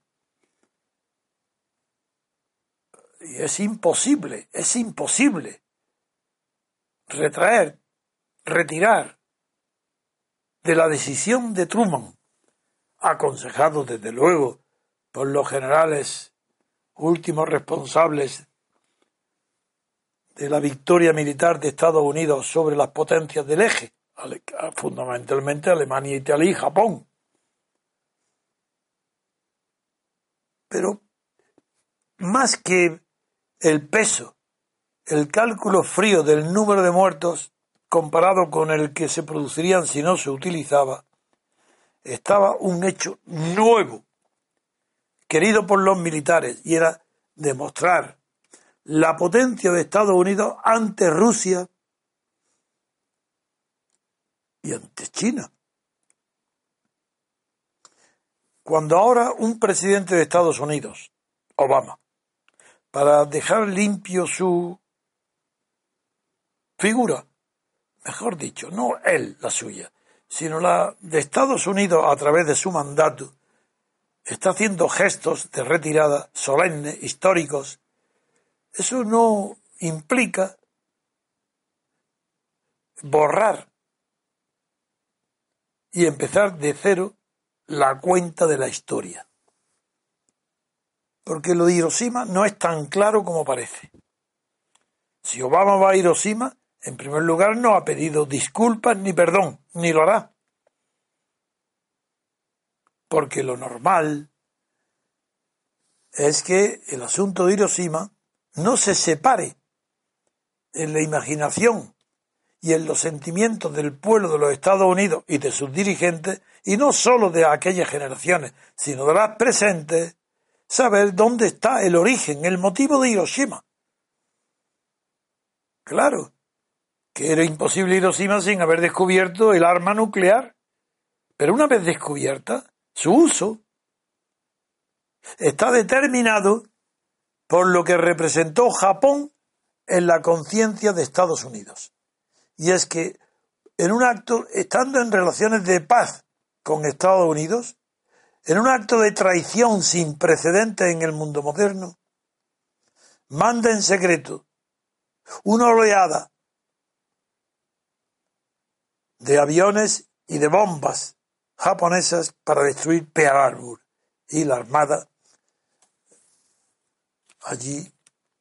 Y es imposible, es imposible retraer, retirar de la decisión de Truman aconsejado desde luego por los generales últimos responsables de la victoria militar de Estados Unidos sobre las potencias del eje, fundamentalmente Alemania, Italia y Japón. Pero más que el peso, el cálculo frío del número de muertos comparado con el que se producirían si no se utilizaba, estaba un hecho nuevo, querido por los militares, y era demostrar la potencia de Estados Unidos ante Rusia y ante China. Cuando ahora un presidente de Estados Unidos, Obama, para dejar limpio su figura, mejor dicho, no él la suya, sino la de Estados Unidos a través de su mandato, está haciendo gestos de retirada solemnes, históricos. Eso no implica borrar y empezar de cero la cuenta de la historia. Porque lo de Hiroshima no es tan claro como parece. Si Obama va a Hiroshima, en primer lugar no ha pedido disculpas ni perdón, ni lo hará. Porque lo normal es que el asunto de Hiroshima no se separe en la imaginación y en los sentimientos del pueblo de los Estados Unidos y de sus dirigentes, y no solo de aquellas generaciones, sino de las presentes, saber dónde está el origen, el motivo de Hiroshima. Claro, que era imposible Hiroshima sin haber descubierto el arma nuclear, pero una vez descubierta, su uso está determinado por lo que representó Japón en la conciencia de Estados Unidos. Y es que en un acto, estando en relaciones de paz con Estados Unidos, en un acto de traición sin precedentes en el mundo moderno, manda en secreto una oleada de aviones y de bombas japonesas para destruir Pearl Harbor, y la armada allí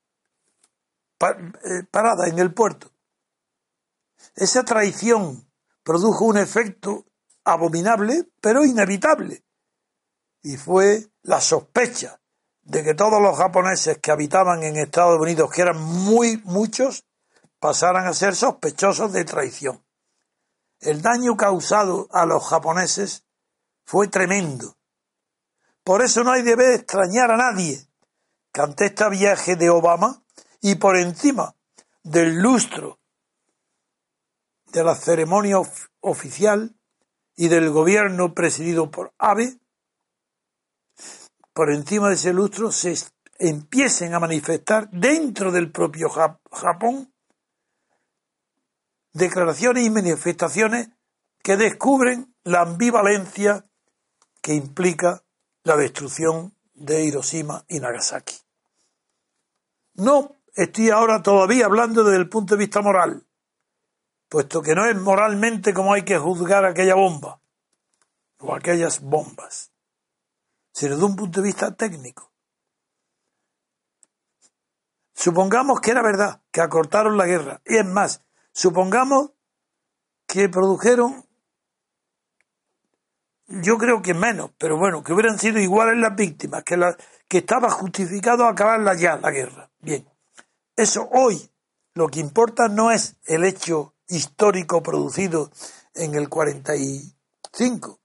parada en el puerto. Esa traición produjo un efecto abominable, pero inevitable, y fue la sospecha de que todos los japoneses que habitaban en Estados Unidos, que eran muy muchos, pasaran a ser sospechosos de traición. El daño causado a los japoneses fue tremendo. Por eso no hay debe extrañar a nadie que ante este viaje de Obama, y por encima del lustro de la ceremonia of- oficial y del gobierno presidido por Abe, por encima de ese lustro se empiecen a manifestar dentro del propio Jap- Japón declaraciones y manifestaciones que descubren la ambivalencia que implica la destrucción de Hiroshima y Nagasaki. No estoy ahora todavía hablando desde el punto de vista moral, puesto que no es moralmente como hay que juzgar aquella bomba o aquellas bombas, sino de un punto de vista técnico. Supongamos que era verdad, que acortaron la guerra, y es más, supongamos que produjeron, yo creo que menos, pero bueno, que hubieran sido iguales las víctimas, que, la, que estaba justificado acabarla ya la guerra. Bien, eso hoy lo que importa no es el hecho histórico producido en el cuarenta y cinco.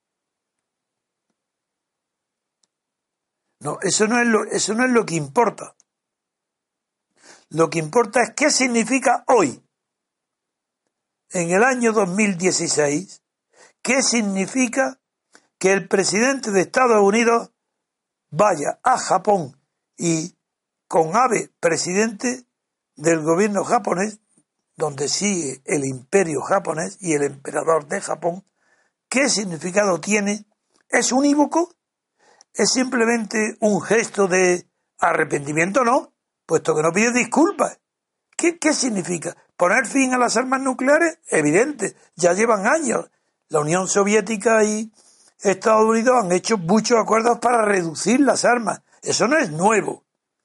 No, eso no es lo, eso no es lo que importa. Lo que importa es qué significa hoy, en el año dos mil dieciséis, qué significa que el presidente de Estados Unidos vaya a Japón y con Abe, presidente del gobierno japonés, donde sigue el imperio japonés y el emperador de Japón, ¿qué significado tiene? ¿Es unívoco? ¿Es simplemente un gesto de arrepentimiento? No, puesto que no pide disculpas. ¿Qué, qué significa? ¿Poner fin a las armas nucleares? Evidente, ya llevan años. La Unión Soviética y, Estados Unidos han hecho muchos acuerdos para reducir las armas. Eso no es nuevo.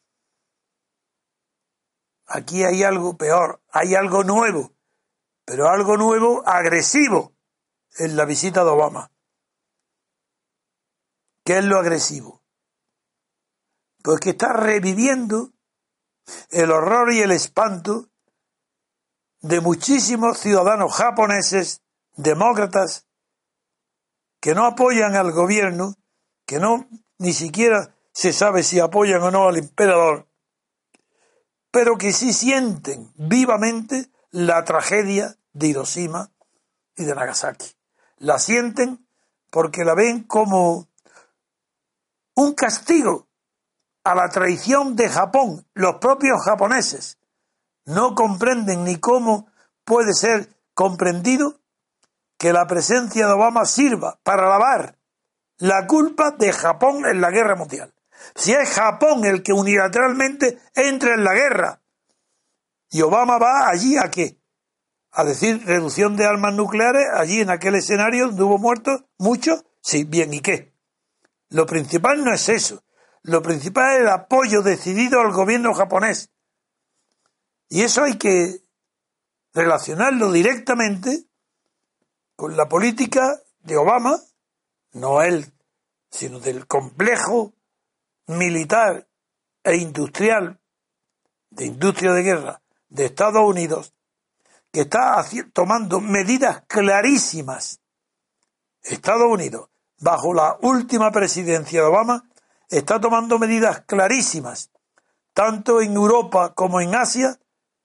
Aquí hay algo peor, hay algo nuevo, pero algo nuevo agresivo en la visita de Obama. ¿Qué es lo agresivo? Pues que está reviviendo el horror y el espanto de muchísimos ciudadanos japoneses, demócratas, que no apoyan al gobierno, que no ni siquiera se sabe si apoyan o no al emperador, pero que sí sienten vivamente la tragedia de Hiroshima y de Nagasaki. La sienten porque la ven como un castigo a la traición de Japón. Los propios japoneses no comprenden ni cómo puede ser comprendido que la presencia de Obama sirva para lavar la culpa de Japón en la guerra mundial. Si es Japón el que unilateralmente entra en la guerra y Obama va allí ¿a qué? A decir reducción de armas nucleares, allí en aquel escenario donde hubo muertos, muchos, sí, bien, ¿y qué? Lo principal no es eso, lo principal es el apoyo decidido al gobierno japonés. Y eso hay que relacionarlo directamente con la política de Obama, no él, sino del complejo militar e industrial, de industria de guerra de Estados Unidos, que está tomando medidas clarísimas. Estados Unidos, bajo la última presidencia de Obama, está tomando medidas clarísimas, tanto en Europa como en Asia,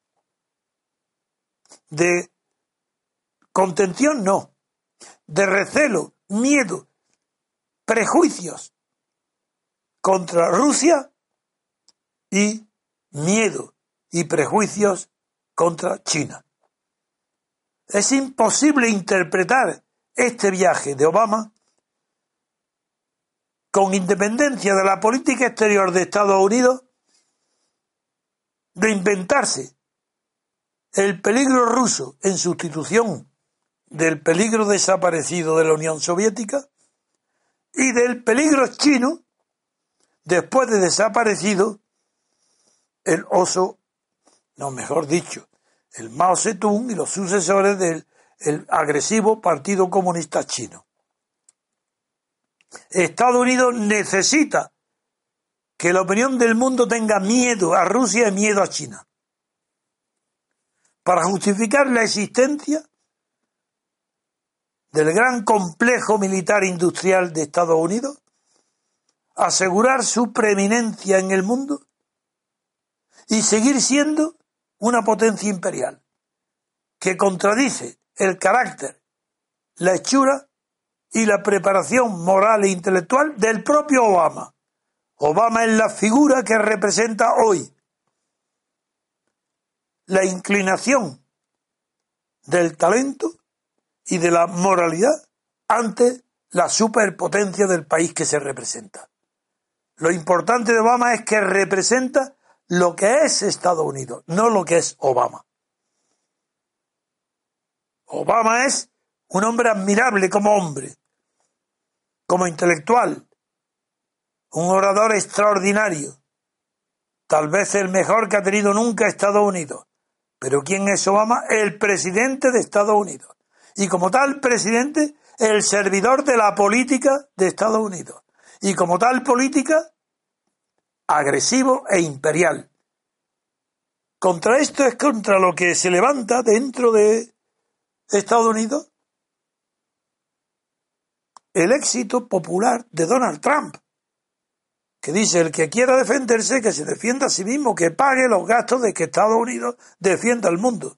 de contención no, de recelo, miedo, prejuicios contra Rusia y miedo y prejuicios contra China. Es imposible interpretar este viaje de Obama con independencia de la política exterior de Estados Unidos, de inventarse el peligro ruso en sustitución del peligro desaparecido de la Unión Soviética y del peligro chino después de desaparecido el oso, no mejor dicho, el Mao Zedong y los sucesores del el agresivo Partido Comunista Chino. Estados Unidos necesita que la opinión del mundo tenga miedo a Rusia y miedo a China para justificar la existencia del gran complejo militar industrial de Estados Unidos, asegurar su preeminencia en el mundo y seguir siendo una potencia imperial que contradice el carácter, la hechura y la preparación moral e intelectual del propio Obama. Obama es la figura que representa hoy la inclinación del talento y de la moralidad ante la superpotencia del país que se representa. Lo importante de Obama es que representa lo que es Estados Unidos, no lo que es Obama. Obama es un hombre admirable como hombre, como intelectual, un orador extraordinario, tal vez el mejor que ha tenido nunca Estados Unidos. Pero ¿quién es Obama? El presidente de Estados Unidos. Y como tal presidente, el servidor de la política de Estados Unidos. Y como tal política, agresivo e imperial. Contra esto es contra lo que se levanta dentro de Estados Unidos el éxito popular de Donald Trump, que dice el que quiera defenderse, que se defienda a sí mismo, que pague los gastos de que Estados Unidos defienda al mundo.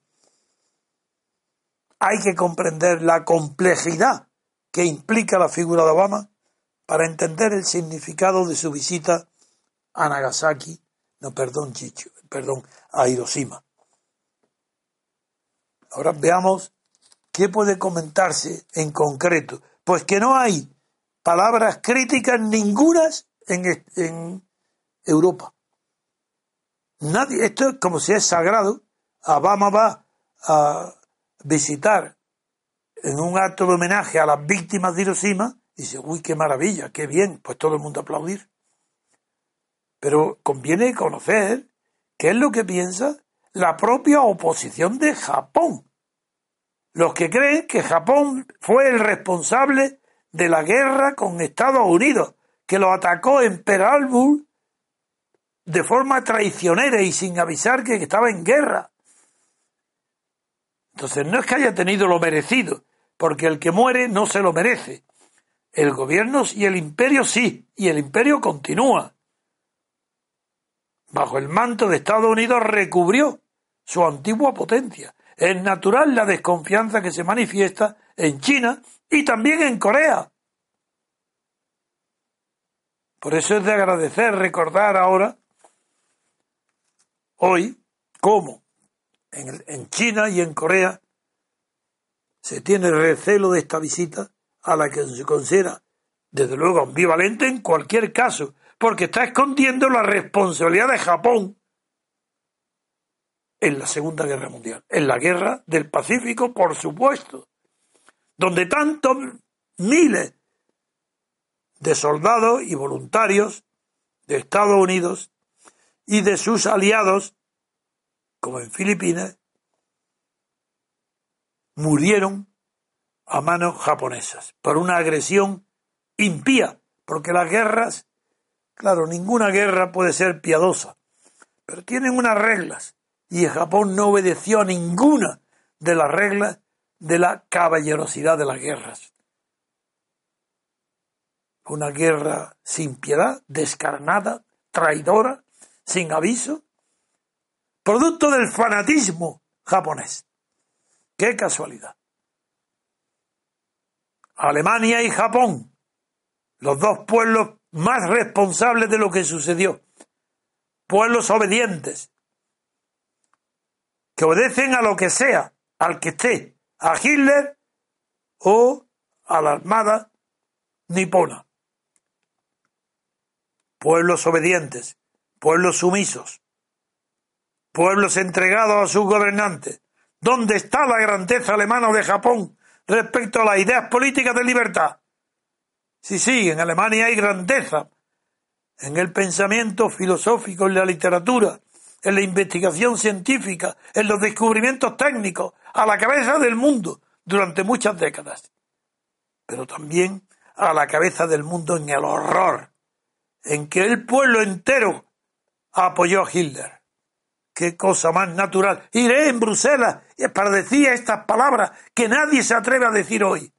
Hay que comprender la complejidad que implica la figura de Obama para entender el significado de su visita a Nagasaki, no, perdón, Chicho, perdón, a Hiroshima. Ahora veamos qué puede comentarse en concreto. Pues que no hay palabras críticas ningunas en, en Europa. Nadie, esto es como si es sagrado. Obama va a visitar en un acto de homenaje a las víctimas de Hiroshima Dice, uy, qué maravilla, qué bien, pues todo el mundo aplaudir. Pero conviene conocer qué es lo que piensa la propia oposición de Japón. Los que creen que Japón fue el responsable de la guerra con Estados Unidos, que lo atacó en Pearl Harbor de forma traicionera y sin avisar que estaba en guerra. Entonces no es que haya tenido lo merecido, porque el que muere no se lo merece. El gobierno y el imperio sí, y el imperio continúa. Bajo el manto de Estados Unidos recubrió su antigua potencia. Es natural la desconfianza que se manifiesta en China y también en Corea. Por eso es de agradecer recordar ahora, hoy, cómo en, el, en China y en Corea se tiene recelo de esta visita, a la que se considera, desde luego, ambivalente en cualquier caso, porque está escondiendo la responsabilidad de Japón en la Segunda Guerra Mundial, en la Guerra del Pacífico, por supuesto, donde tantos miles de soldados y voluntarios de Estados Unidos y de sus aliados, como en Filipinas, murieron a manos japonesas por una agresión impía, porque las guerras, claro, ninguna guerra puede ser piadosa, pero tienen unas reglas, y Japón no obedeció a ninguna de las reglas de la caballerosidad de las guerras. Una guerra sin piedad, descarnada, traidora, sin aviso, producto del fanatismo japonés. ¡Qué casualidad! Alemania y Japón, los dos pueblos más responsables de lo que sucedió, pueblos obedientes, que obedecen a lo que sea, al que esté, a Hitler o a la armada nipona. Pueblos obedientes, pueblos sumisos, pueblos entregados a sus gobernantes. ¿Dónde está la grandeza alemana o de Japón respecto a las ideas políticas de libertad? Sí, sí, en Alemania hay grandeza en el pensamiento filosófico, en la literatura, en la investigación científica, en los descubrimientos técnicos, a la cabeza del mundo durante muchas décadas. Pero también a la cabeza del mundo en el horror, en que el pueblo entero apoyó a Hitler. Qué cosa más natural. Iré en Bruselas para decir estas palabras que nadie se atreve a decir hoy.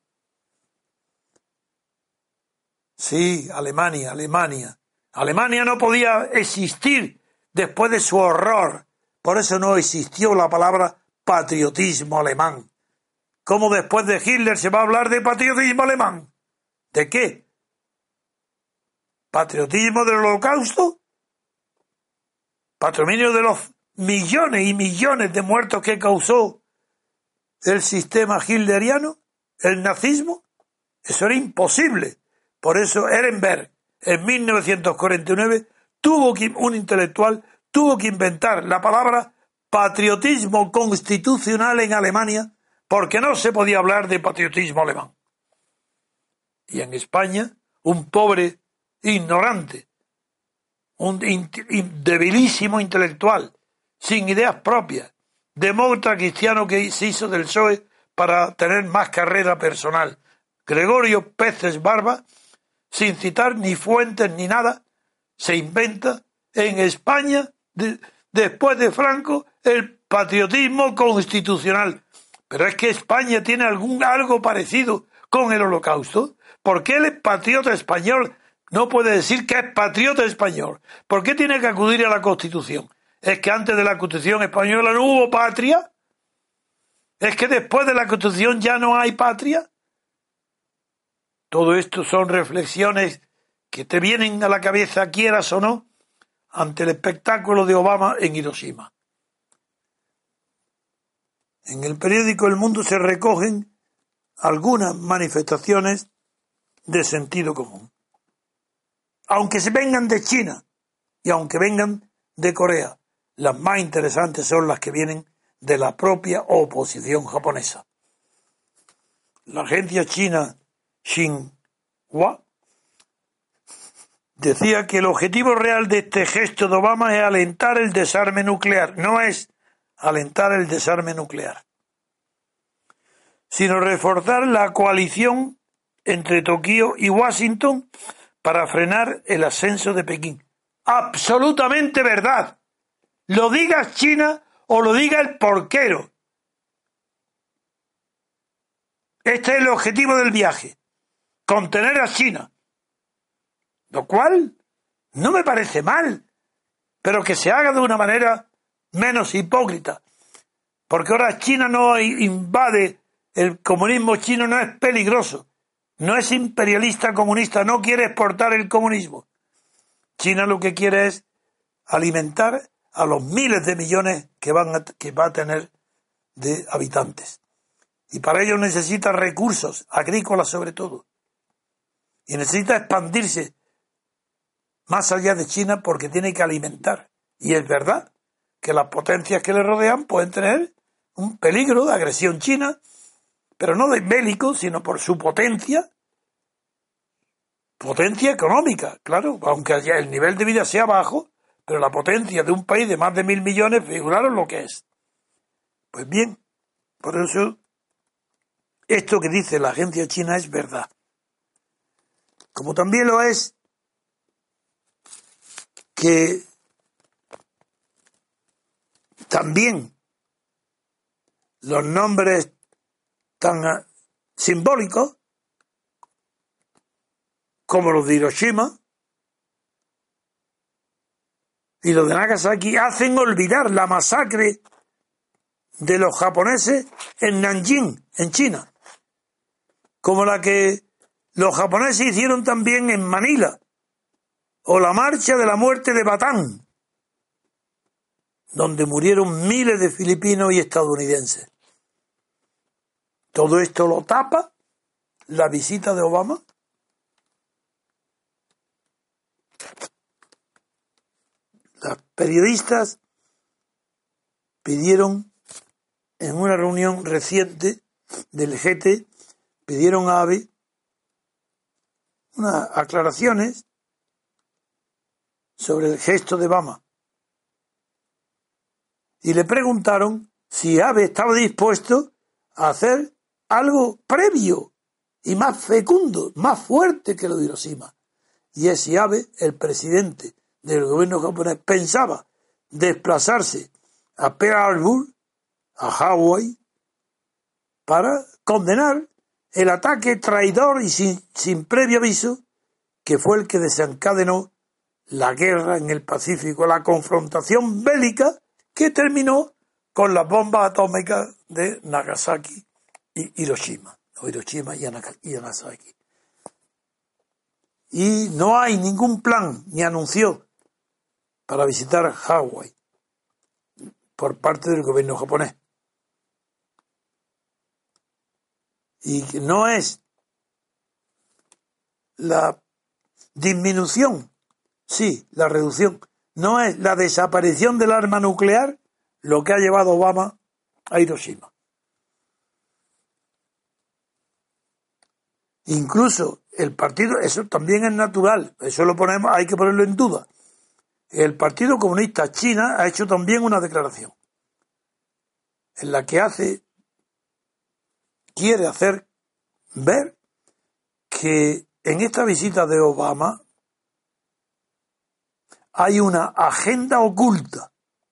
Sí, Alemania, Alemania. Alemania no podía existir después de su horror. Por eso no existió la palabra patriotismo alemán. ¿Cómo después de Hitler se va a hablar de patriotismo alemán? ¿De qué? ¿Patriotismo del Holocausto? ¿Patrimonio de los millones y millones de muertos que causó el sistema hitleriano, el nazismo? Eso era imposible. Por eso Ehrenberg, en mil novecientos cuarenta y nueve, tuvo que, un intelectual tuvo que inventar la palabra patriotismo constitucional en Alemania, porque no se podía hablar de patriotismo alemán. Y en España, un pobre ignorante, un in, in, debilísimo intelectual, sin ideas propias, demócrata cristiano que se hizo del P S O E para tener más carrera personal, Gregorio Peces Barba, sin citar ni fuentes ni nada, se inventa en España, de, después de Franco, el patriotismo constitucional. Pero es que España tiene algún algo parecido con el Holocausto. ¿Por qué el patriota español no puede decir que es patriota español? ¿Por qué tiene que acudir a la Constitución? ¿Es que antes de la Constitución española no hubo patria? ¿Es que después de la Constitución ya no hay patria? Todo esto son reflexiones que te vienen a la cabeza, quieras o no, ante el espectáculo de Obama en Hiroshima. En el periódico El Mundo se recogen algunas manifestaciones de sentido común. Aunque se vengan de China y aunque vengan de Corea, las más interesantes son las que vienen de la propia oposición japonesa. La agencia china Xinhua Wa decía que el objetivo real de este gesto de Obama es alentar el desarme nuclear, no es alentar el desarme nuclear, sino reforzar la coalición entre Tokio y Washington para frenar el ascenso de Pekín. Absolutamente verdad. Lo diga China o lo diga el porquero. Este es el objetivo del viaje, contener a China. Lo cual no me parece mal, pero que se haga de una manera menos hipócrita. Porque ahora China no invade, el comunismo chino no es peligroso, no es imperialista comunista, no quiere exportar el comunismo. China lo que quiere es alimentar a los miles de millones que, van a, que va a tener de habitantes. Y para ello necesita recursos, agrícolas sobre todo. Y necesita expandirse más allá de China porque tiene que alimentar. Y es verdad que las potencias que le rodean pueden tener un peligro de agresión china, pero no de bélico, sino por su potencia, potencia económica, claro, aunque el nivel de vida sea bajo, pero la potencia de un país de más de mil millones, figuraros lo que es. Pues bien, por eso esto que dice la agencia china es verdad. Como también lo es que también los nombres tan simbólicos como los de Hiroshima y los de Nagasaki hacen olvidar la masacre de los japoneses en Nanjing, en China, como la que los japoneses hicieron también en Manila, o la marcha de la muerte de Batán, donde murieron miles de filipinos y estadounidenses. Todo esto lo tapa la visita de Obama. Los periodistas pidieron en una reunión reciente del G T, pidieron a AVE unas aclaraciones sobre el gesto de Obama. Y le preguntaron si AVE estaba dispuesto a hacer algo previo y más fecundo, más fuerte que lo de Hiroshima. Y es si AVE, el presidente del gobierno japonés, pensaba desplazarse a Pearl Harbor, a Hawái, para condenar el ataque traidor y sin, sin previo aviso que fue el que desencadenó la guerra en el Pacífico, la confrontación bélica que terminó con las bombas atómicas de Nagasaki y Hiroshima, o Hiroshima y Nagasaki. Y no hay ningún plan, ni anunció, para visitar Hawái por parte del gobierno japonés. Y no es la disminución, sí, la reducción, no es la desaparición del arma nuclear lo que ha llevado a Obama a Hiroshima. Incluso el partido, eso también es natural, eso lo ponemos, hay que ponerlo en duda. El Partido Comunista China ha hecho también una declaración en la que hace, quiere hacer ver que en esta visita de Obama hay una agenda oculta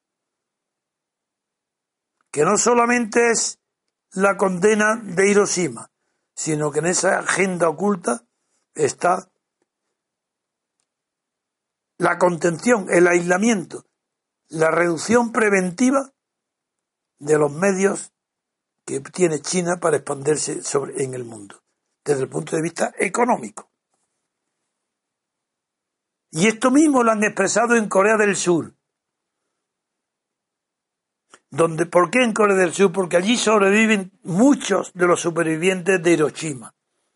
que no solamente es la condena de Hiroshima, sino que en esa agenda oculta está la contención, el aislamiento, la reducción preventiva de los medios que tiene China para expandirse sobre, en el mundo, desde el punto de vista económico. Y esto mismo lo han expresado en Corea del Sur. Donde, ¿por qué en Corea del Sur? Porque allí sobreviven muchos de los supervivientes de Hiroshima.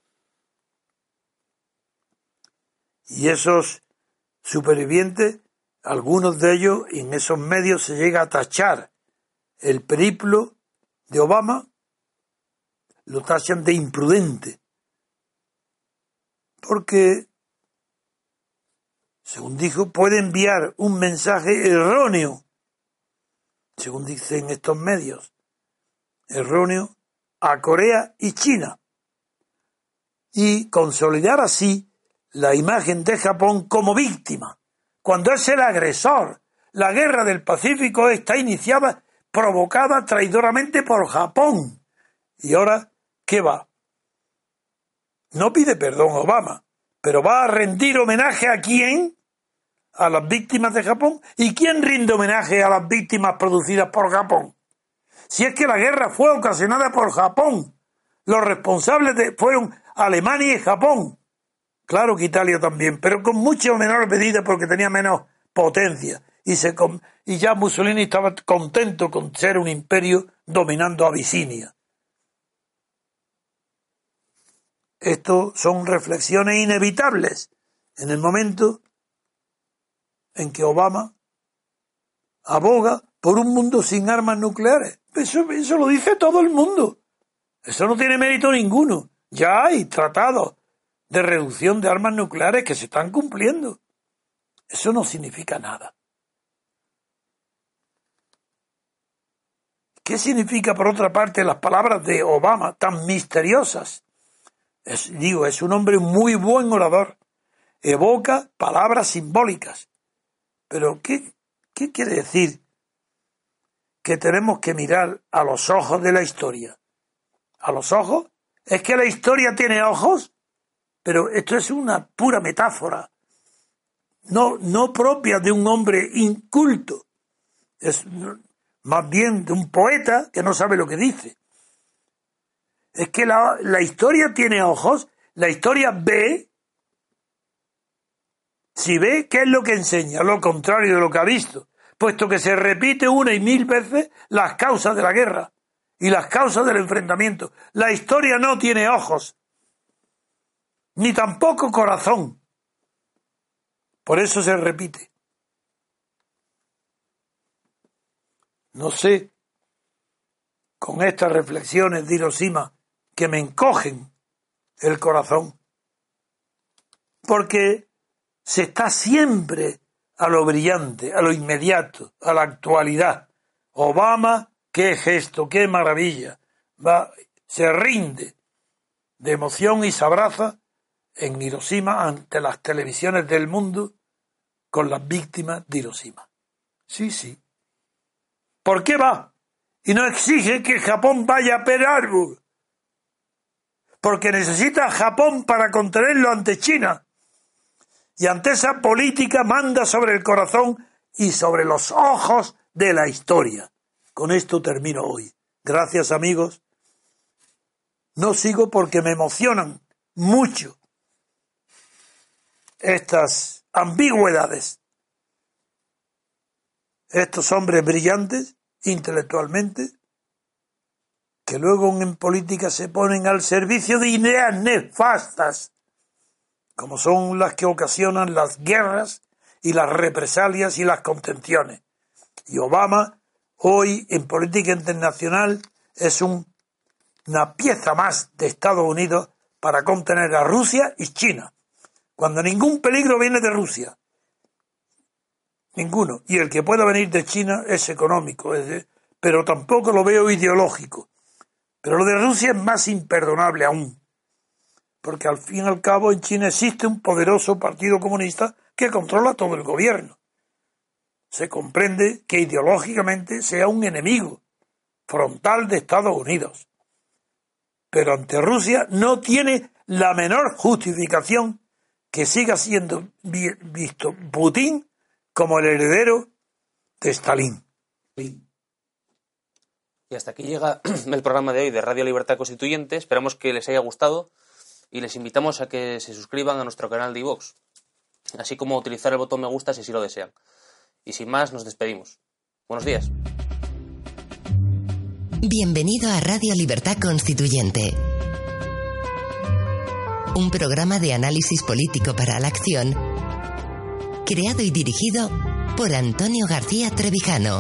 Y esos supervivientes, algunos de ellos, en esos medios se llega a tachar el periplo de Obama, lo tachan de imprudente. porque, según dijo, puede enviar un mensaje erróneo, según dicen estos medios, erróneo a Corea y China, y consolidar así la imagen de Japón como víctima, cuando es el agresor. La guerra del Pacífico está iniciada, provocada traidoramente por Japón. Y ahora, ¿qué va? No pide perdón Obama, pero va a rendir homenaje ¿a quién? A las víctimas de Japón. ¿Y quién rinde homenaje a las víctimas producidas por Japón? Si es que la guerra fue ocasionada por Japón, los responsables de, fueron Alemania y Japón. Claro que Italia también, pero con mucha menor medida porque tenía menos potencia. Y, se, y ya Mussolini estaba contento con ser un imperio dominando Abisinia. Esto son reflexiones inevitables en el momento en que Obama aboga por un mundo sin armas nucleares. Eso, eso lo dice todo el mundo. Eso no tiene mérito ninguno. Ya hay tratados de reducción de armas nucleares que se están cumpliendo. Eso no significa nada. ¿Qué significa, por otra parte, las palabras de Obama tan misteriosas? Es, digo, es un hombre muy buen orador. Evoca palabras simbólicas. Pero, ¿qué, qué quiere decir? Que tenemos que mirar a los ojos de la historia. ¿A los ojos? ¿Es que la historia tiene ojos? Pero esto es una pura metáfora. No, no propia de un hombre inculto. Es más bien de un poeta que no sabe lo que dice. Es que la, la historia tiene ojos, la historia ve. Si ve, ¿qué es lo que enseña? Lo contrario de lo que ha visto, puesto que se repite una y mil veces las causas de la guerra y las causas del enfrentamiento. La historia no tiene ojos, ni tampoco corazón. Por eso se repite. No sé, con estas reflexiones de Hiroshima que me encogen el corazón, porque se está siempre a lo brillante, a lo inmediato, a la actualidad. Obama, qué gesto, qué maravilla, va, se rinde de emoción y se abraza en Hiroshima ante las televisiones del mundo con las víctimas de Hiroshima. Sí, sí. ¿Por qué va? Y no exige que Japón vaya a Pearl Harbor, porque necesita a Japón para contenerlo ante China. Y ante esa política manda sobre el corazón y sobre los ojos de la historia. Con esto termino hoy. Gracias, amigos. No sigo porque me emocionan mucho estas ambigüedades. Estos hombres brillantes, intelectualmente, que luego en política se ponen al servicio de ideas nefastas, como son las que ocasionan las guerras y las represalias y las contenciones. Y Obama, hoy en política internacional, es un, una pieza más de Estados Unidos para contener a Rusia y China, cuando ningún peligro viene de Rusia. Ninguno. Y el que pueda venir de China es económico, es de, pero tampoco lo veo ideológico. Pero lo de Rusia es más imperdonable aún, porque al fin y al cabo en China existe un poderoso partido comunista que controla todo el gobierno. Se comprende que ideológicamente sea un enemigo frontal de Estados Unidos. Pero ante Rusia no tiene la menor justificación que siga siendo visto Putin como el heredero de Stalin. Y hasta aquí llega el programa de hoy de Radio Libertad Constituyente. Esperamos que les haya gustado y les invitamos a que se suscriban a nuestro canal de iVoox, así como a utilizar el botón me gusta si así lo desean. Y sin más, nos despedimos. Buenos días. Bienvenido a Radio Libertad Constituyente, un programa de análisis político para la acción, creado y dirigido por Antonio García Trevijano.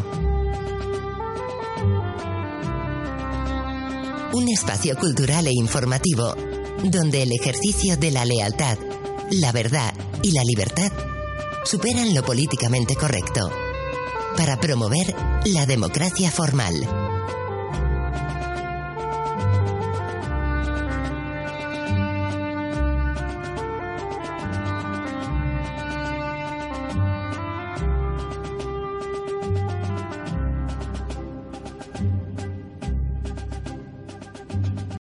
Un espacio cultural e informativo donde el ejercicio de la lealtad, la verdad y la libertad superan lo políticamente correcto. Para promover la democracia formal.